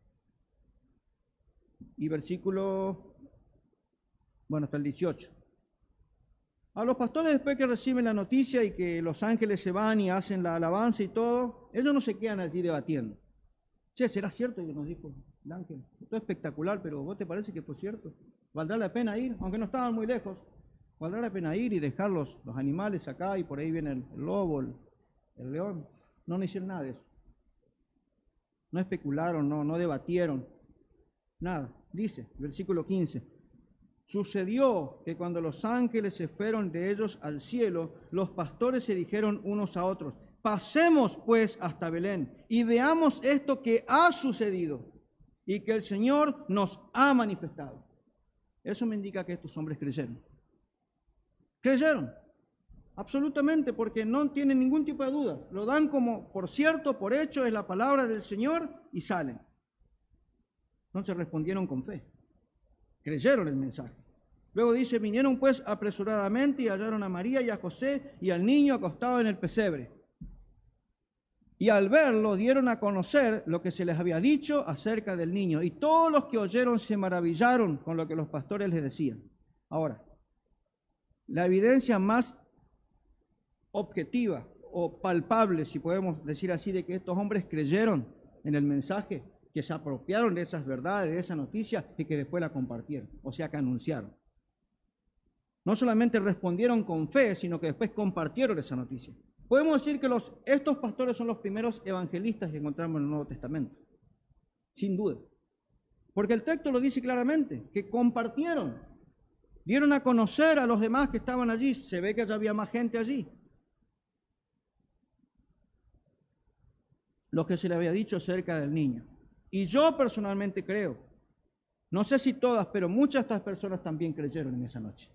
Y versículo, bueno, hasta el dieciocho. A los pastores, después que reciben la noticia y que los ángeles se van y hacen la alabanza y todo, ellos no se quedan allí debatiendo. Che, ¿será cierto que nos dijo el ángel? Esto es espectacular, pero ¿vos te parece que fue cierto? ¿Valdrá la pena ir? Aunque no estaban muy lejos. ¿Valdrá la pena ir y dejar los, los animales acá y por ahí viene el, el lobo, el, el león? No, no hicieron nada de eso. No especularon, no, no debatieron. Nada. Dice, versículo quince. Sucedió que cuando los ángeles se fueron de ellos al cielo, los pastores se dijeron unos a otros, pasemos pues hasta Belén y veamos esto que ha sucedido y que el Señor nos ha manifestado. Eso me indica que estos hombres creyeron. Creyeron, absolutamente, porque no tienen ningún tipo de duda. Lo dan como por cierto, por hecho, es la palabra del Señor y salen. Entonces respondieron con fe. Creyeron el mensaje. Luego dice, vinieron pues apresuradamente y hallaron a María y a José y al niño acostado en el pesebre. Y al verlo dieron a conocer lo que se les había dicho acerca del niño. Y todos los que oyeron se maravillaron con lo que los pastores les decían. Ahora, la evidencia más objetiva o palpable, si podemos decir así, de que estos hombres creyeron en el mensaje, que se apropiaron de esas verdades, de esa noticia y que después la compartieron, o sea que anunciaron. No solamente respondieron con fe, sino que después compartieron esa noticia. Podemos decir que los, estos pastores son los primeros evangelistas que encontramos en el Nuevo Testamento, sin duda. Porque el texto lo dice claramente, que compartieron, dieron a conocer a los demás que estaban allí. Se ve que ya había más gente allí. Lo que se le había dicho acerca del niño. Y yo personalmente creo, no sé si todas, pero muchas de estas personas también creyeron en esa noche.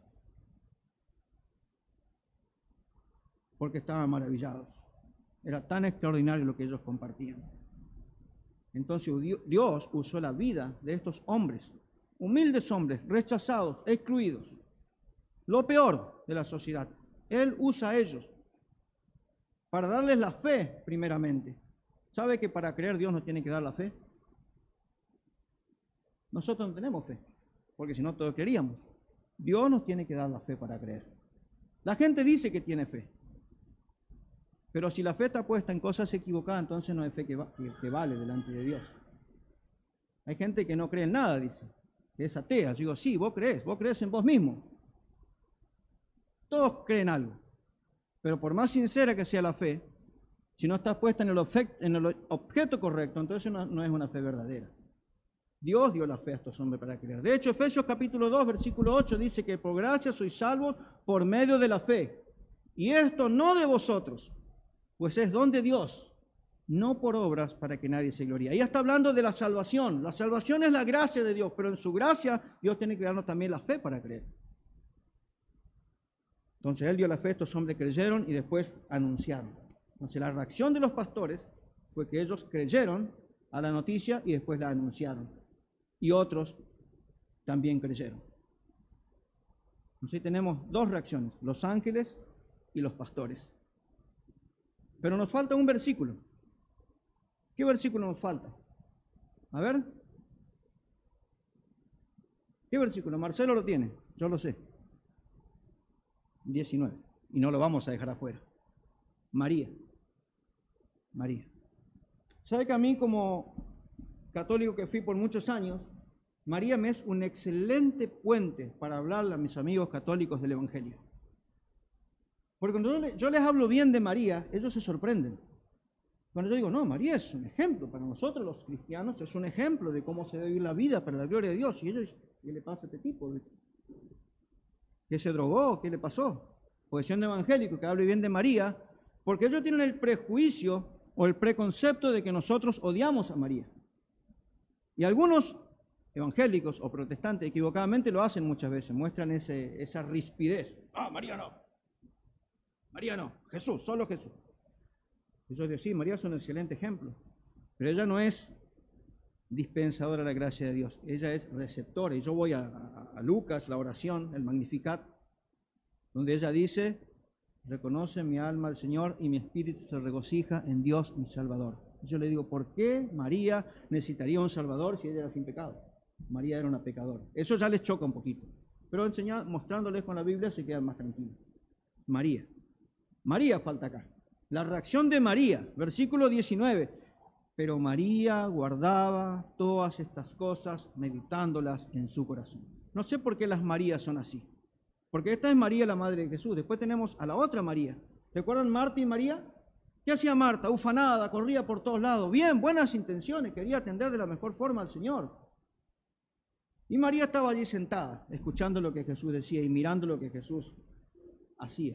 Porque estaban maravillados. Era tan extraordinario lo que ellos compartían. Entonces Dios usó la vida de estos hombres, humildes hombres, rechazados, excluidos, lo peor de la sociedad. Él usa a ellos para darles la fe primeramente. ¿Sabe que para creer Dios nos tiene que dar la fe? Nosotros no tenemos fe, porque si no todos creeríamos. Dios nos tiene que dar la fe para creer. La gente dice que tiene fe, pero si la fe está puesta en cosas equivocadas, entonces no hay fe que, va, que, que vale delante de Dios. Hay gente que no cree en nada, dice, que es atea. Yo digo, sí, vos crees, vos crees en vos mismo. Todos creen algo, pero por más sincera que sea la fe, si no está puesta en el, en el objeto correcto, entonces no, no es una fe verdadera. Dios dio la fe a estos hombres para creer. De hecho, Efesios capítulo dos, versículo ocho dice que por gracia sois salvos por medio de la fe. Y esto no de vosotros, pues es don de Dios, no por obras para que nadie se gloríe. Ahí está hablando de la salvación. La salvación es la gracia de Dios, pero en su gracia Dios tiene que darnos también la fe para creer. Entonces Él dio la fe, estos hombres creyeron y después anunciaron. Entonces la reacción de los pastores fue que ellos creyeron a la noticia y después la anunciaron. Y otros también creyeron. Entonces tenemos dos reacciones, los ángeles y los pastores. Pero nos falta un versículo. ¿Qué versículo nos falta? A ver, ¿Qué versículo? Marcelo lo tiene, yo lo sé. diecinueve. Y no lo vamos a dejar afuera. María. María. ¿Sabe que a mí como católico que fui por muchos años, María me es un excelente puente para hablarle a mis amigos católicos del Evangelio? Porque cuando yo, le, yo les hablo bien de María, ellos se sorprenden. Cuando yo digo, no, María es un ejemplo, para nosotros los cristianos es un ejemplo de cómo se debe vivir la vida para la gloria de Dios. Y ellos, ¿qué le pasa a este tipo? ¿Qué se drogó? ¿Qué le pasó? Porque siendo evangélico que hable bien de María, porque ellos tienen el prejuicio o el preconcepto de que nosotros odiamos a María. Y algunos evangélicos o protestantes equivocadamente lo hacen muchas veces, muestran ese, esa rispidez. Ah, María no. María no. Jesús, solo Jesús. Yo digo, sí, María es un excelente ejemplo, pero ella no es dispensadora de la gracia de Dios, ella es receptora. Y yo voy a, a, a Lucas, la oración, el Magnificat, donde ella dice, reconoce mi alma al Señor y mi espíritu se regocija en Dios mi Salvador. Yo le digo, ¿por qué María necesitaría un Salvador si ella era sin pecado? María era una pecadora. Eso ya les choca un poquito, pero enseñar, mostrándoles con la Biblia se quedan más tranquilos. María. María falta acá. La reacción de María, versículo diecinueve. Pero María guardaba todas estas cosas, meditándolas en su corazón. No sé por qué las Marías son así. Porque esta es María, la madre de Jesús. Después tenemos a la otra María. ¿Recuerdan Marta y María? ¿Qué hacía Marta? Ufanada, corría por todos lados. Bien, buenas intenciones, quería atender de la mejor forma al Señor. Y María estaba allí sentada, escuchando lo que Jesús decía y mirando lo que Jesús hacía.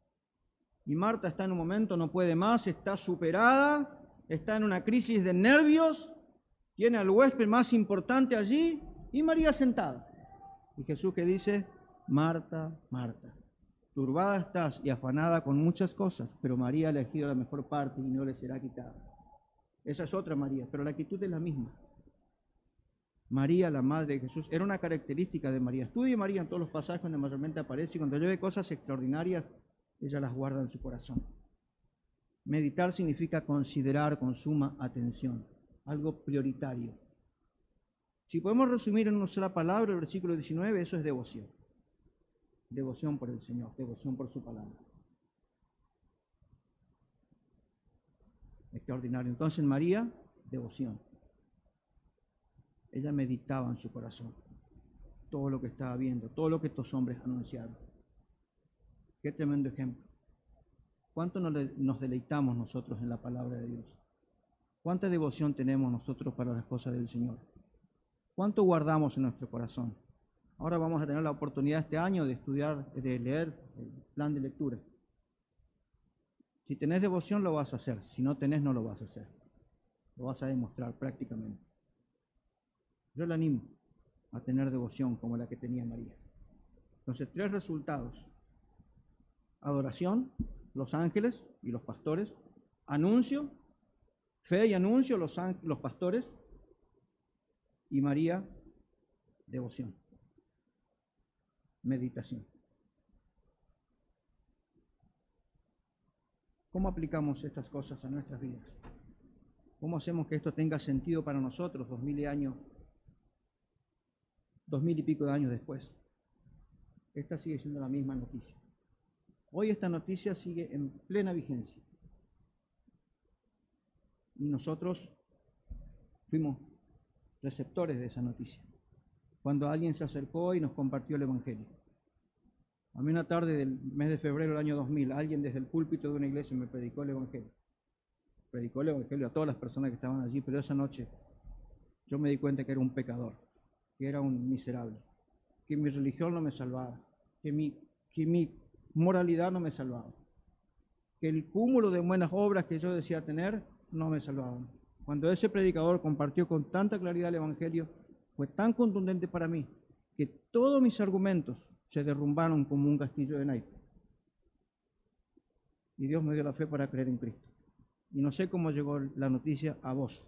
Y Marta está en un momento, no puede más, está superada, está en una crisis de nervios, tiene al huésped más importante allí, y María sentada. Y Jesús que dice, Marta, Marta, turbada estás y afanada con muchas cosas, pero María ha elegido la mejor parte y no le será quitada. Esa es otra María, pero la actitud es la misma. María, la madre de Jesús, era una característica de María. Estudie María en todos los pasajes donde mayormente aparece y cuando lleve cosas extraordinarias, ella las guarda en su corazón. Meditar significa considerar con suma atención, algo prioritario. Si podemos resumir en una sola palabra el versículo diecinueve, eso es devoción. Devoción por el Señor, devoción por su palabra. Extraordinario. Entonces María, devoción. Ella meditaba en su corazón todo lo que estaba viendo, todo lo que estos hombres anunciaron. Qué tremendo ejemplo. ¿Cuánto nos deleitamos nosotros en la palabra de Dios? ¿Cuánta devoción tenemos nosotros para las cosas del Señor? ¿Cuánto guardamos en nuestro corazón? Ahora vamos a tener la oportunidad este año de estudiar, de leer el plan de lectura. Si tenés devoción lo vas a hacer, si no tenés no lo vas a hacer. Lo vas a demostrar prácticamente. Yo le animo a tener devoción como la que tenía María. Entonces, tres resultados. Adoración, los ángeles y los pastores. Anuncio, fe y anuncio, los, los pastores. Y María, devoción. Meditación. ¿Cómo aplicamos estas cosas a nuestras vidas? ¿Cómo hacemos que esto tenga sentido para nosotros dos mil años, dos mil y pico de años después? Esta sigue siendo la misma noticia. Hoy esta noticia sigue en plena vigencia. Y nosotros fuimos receptores de esa noticia. Cuando alguien se acercó y nos compartió el Evangelio. A mí una tarde del mes de febrero del año dos mil, alguien desde el púlpito de una iglesia me predicó el Evangelio. Predicó el Evangelio a todas las personas que estaban allí, pero esa noche yo me di cuenta que era un pecador, que era un miserable, que mi religión no me salvaba, que mi, que mi moralidad no me salvaba, que el cúmulo de buenas obras que yo decía tener no me salvaban. Cuando ese predicador compartió con tanta claridad el Evangelio, fue tan contundente para mí que todos mis argumentos se derrumbaron como un castillo de naipes. Y Dios me dio la fe para creer en Cristo. Y no sé cómo llegó la noticia a vos,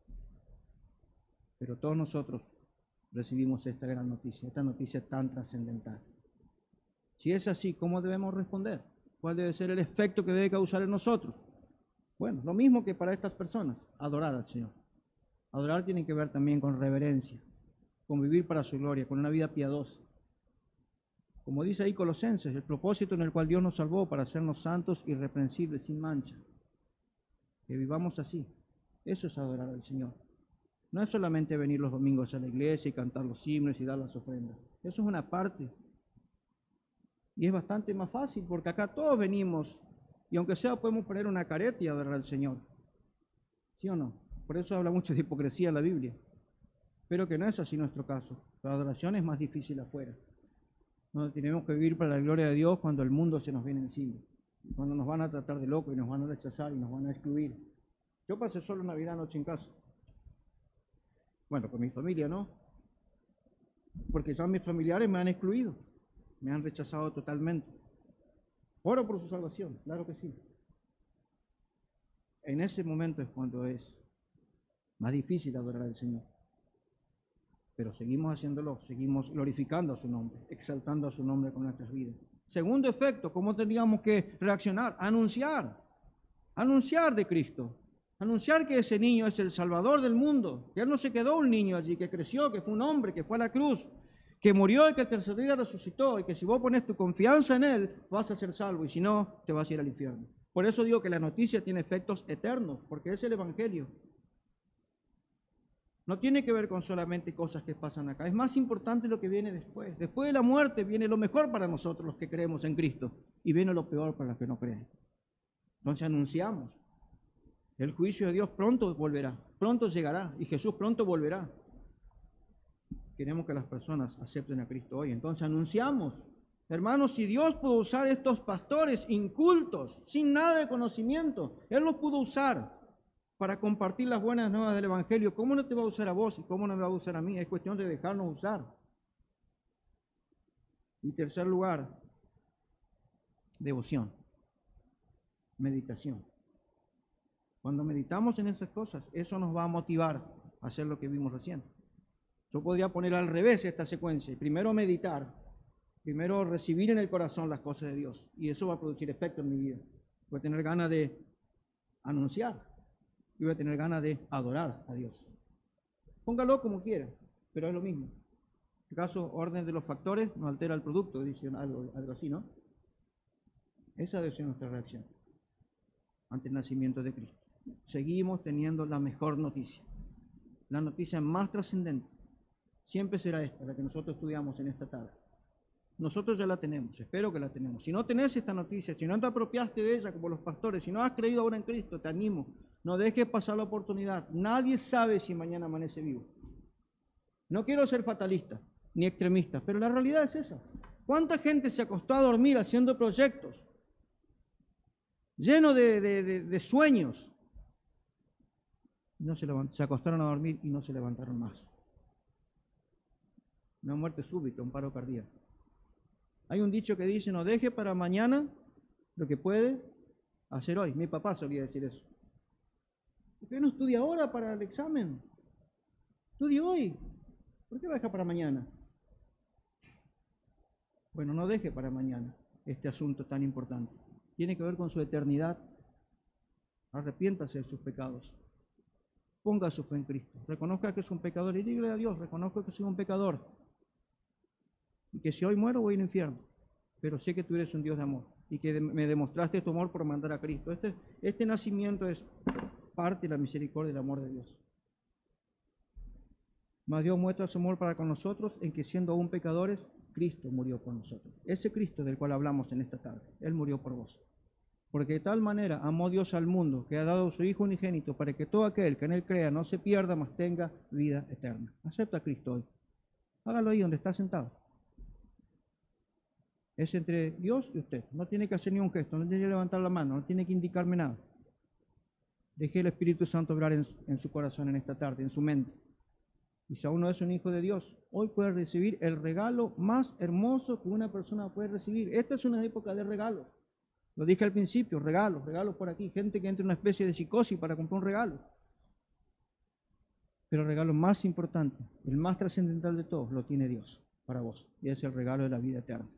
pero todos nosotros recibimos esta gran noticia, esta noticia tan trascendental. Si es así, ¿cómo debemos responder? ¿Cuál debe ser el efecto que debe causar en nosotros? Bueno, lo mismo que para estas personas, adorar al Señor. Adorar tiene que ver también con reverencia. con vivir para su gloria, con una vida piadosa. Como dice ahí Colosenses, el propósito en el cual Dios nos salvó para hacernos santos, irreprensibles, sin mancha. Que vivamos así. Eso es adorar al Señor. No es solamente venir los domingos a la iglesia y cantar los himnos y dar las ofrendas. Eso es una parte. Y es bastante más fácil porque acá todos venimos y aunque sea podemos poner una careta y adorar al Señor. ¿Sí o no? Por eso habla mucho de hipocresía en la Biblia. Pero que no es así nuestro caso. La adoración es más difícil afuera. No tenemos que vivir para la gloria de Dios cuando el mundo se nos viene encima. Cuando nos van a tratar de locos y nos van a rechazar y nos van a excluir. Yo pasé solo Navidad noche en casa. Bueno, con mi familia, ¿no? Porque ya mis familiares me han excluido. Me han rechazado totalmente. Oro por su salvación, claro que sí. En ese momento es cuando es más difícil adorar al Señor. Pero seguimos haciéndolo, seguimos glorificando a su nombre, exaltando a su nombre con nuestras vidas. Segundo efecto, ¿cómo tendríamos que reaccionar? Anunciar, anunciar de Cristo. Anunciar que ese niño es el Salvador del mundo, que Él no se quedó un niño allí, que creció, que fue un hombre, que fue a la cruz, que murió y que el tercer día resucitó, y que si vos pones tu confianza en Él, vas a ser salvo, y si no, te vas a ir al infierno. Por eso digo que la noticia tiene efectos eternos, porque es el Evangelio. No tiene que ver con solamente cosas que pasan acá, es más importante lo que viene después. Después de la muerte viene lo mejor para nosotros los que creemos en Cristo, y viene lo peor para los que no creen. Entonces anunciamos. El juicio de Dios pronto volverá, pronto llegará y Jesús pronto volverá. Queremos que las personas acepten a Cristo hoy. Entonces anunciamos, hermanos, si Dios pudo usar estos pastores incultos, sin nada de conocimiento, Él los pudo usar para compartir las buenas nuevas del Evangelio. ¿Cómo no te va a usar a vos y cómo no me va a usar a mí? Es cuestión de dejarnos usar. Y tercer lugar, devoción, meditación. Cuando meditamos en esas cosas, eso nos va a motivar a hacer lo que vimos recién. Yo podría poner al revés esta secuencia. Primero meditar, primero recibir en el corazón las cosas de Dios. Y eso va a producir efecto en mi vida. Voy a tener ganas de anunciar y voy a tener ganas de adorar a Dios. Póngalo como quiera, pero es lo mismo. En este caso, orden de los factores no altera el producto, dice algo, algo así, ¿no? Esa debe ser nuestra reacción ante el nacimiento de Cristo. Seguimos teniendo la mejor noticia, la noticia más trascendente. Siempre será esta, la que nosotros estudiamos en esta tarde. Nosotros ya la tenemos, espero que la tenemos. Si no tenés esta noticia, si no te apropiaste de ella como los pastores, si no has creído ahora en Cristo, te animo, no dejes pasar la oportunidad. Nadie sabe si mañana amanece vivo. No quiero ser fatalista ni extremista, pero la realidad es esa. ¿Cuánta gente se acostó a dormir haciendo proyectos, lleno de, de, de, de sueños? No se, se acostaron a dormir y no se levantaron más. Una muerte súbita, un paro cardíaco. Hay un dicho que dice, no deje para mañana lo que puede hacer hoy. Mi papá solía decir eso. ¿Por qué no estudia ahora para el examen? Estudia hoy. ¿Por qué deja para mañana? Bueno, no deje para mañana este asunto tan importante. Tiene que ver con su eternidad. Arrepiéntase de sus pecados. Ponga su fe en Cristo. Reconozca que es un pecador y dígale a Dios, reconozco que soy un pecador. Y que si hoy muero voy al infierno. Pero sé que tú eres un Dios de amor y que me demostraste tu amor por mandar a Cristo. Este, este nacimiento es parte de la misericordia y el amor de Dios. Mas Dios muestra su amor para con nosotros en que siendo aún pecadores, Cristo murió por nosotros. Ese Cristo del cual hablamos en esta tarde, Él murió por vos. Porque de tal manera amó Dios al mundo, que ha dado a su Hijo unigénito, para que todo aquel que en Él crea no se pierda, mas tenga vida eterna. Acepta a Cristo hoy. Hágalo ahí donde está sentado. Es entre Dios y usted. No tiene que hacer ni un gesto, no tiene que levantar la mano, no tiene que indicarme nada. Deje el Espíritu Santo obrar en, en su corazón en esta tarde, en su mente. Y si aún no es un hijo de Dios, hoy puede recibir el regalo más hermoso que una persona puede recibir. Esta es una época de regalos. Lo dije al principio, regalos, regalos por aquí. Gente que entra en una especie de psicosis para comprar un regalo. Pero el regalo más importante, el más trascendental de todos, lo tiene Dios para vos. Y es el regalo de la vida eterna.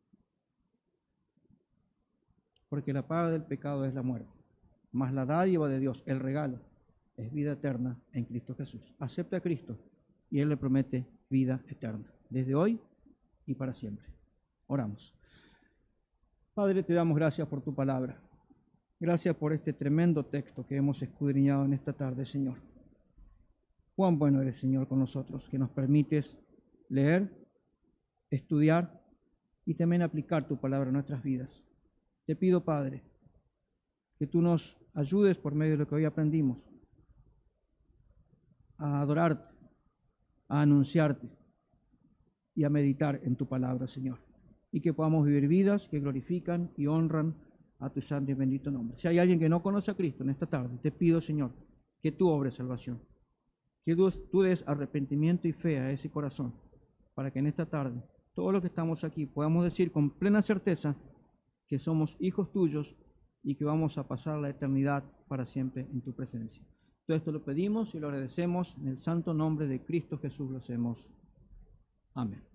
Porque la paga del pecado es la muerte. Mas la dádiva de Dios, el regalo, es vida eterna en Cristo Jesús. Acepta a Cristo y Él le promete vida eterna, desde hoy y para siempre. Oramos. Padre, te damos gracias por tu palabra. Gracias por este tremendo texto que hemos escudriñado en esta tarde, Señor. Cuán bueno eres, Señor, con nosotros, que nos permites leer, estudiar y también aplicar tu palabra a nuestras vidas. Te pido, Padre, que tú nos ayudes por medio de lo que hoy aprendimos a adorarte, a anunciarte y a meditar en tu palabra, Señor. Y que podamos vivir vidas que glorifican y honran a tu santo y bendito nombre. Si hay alguien que no conoce a Cristo en esta tarde, te pido, Señor, que tú obres salvación, que tú des arrepentimiento y fe a ese corazón, para que en esta tarde, todos los que estamos aquí, podamos decir con plena certeza que somos hijos tuyos y que vamos a pasar la eternidad para siempre en tu presencia. Todo esto lo pedimos y lo agradecemos en el santo nombre de Cristo Jesús lo hacemos. Amén.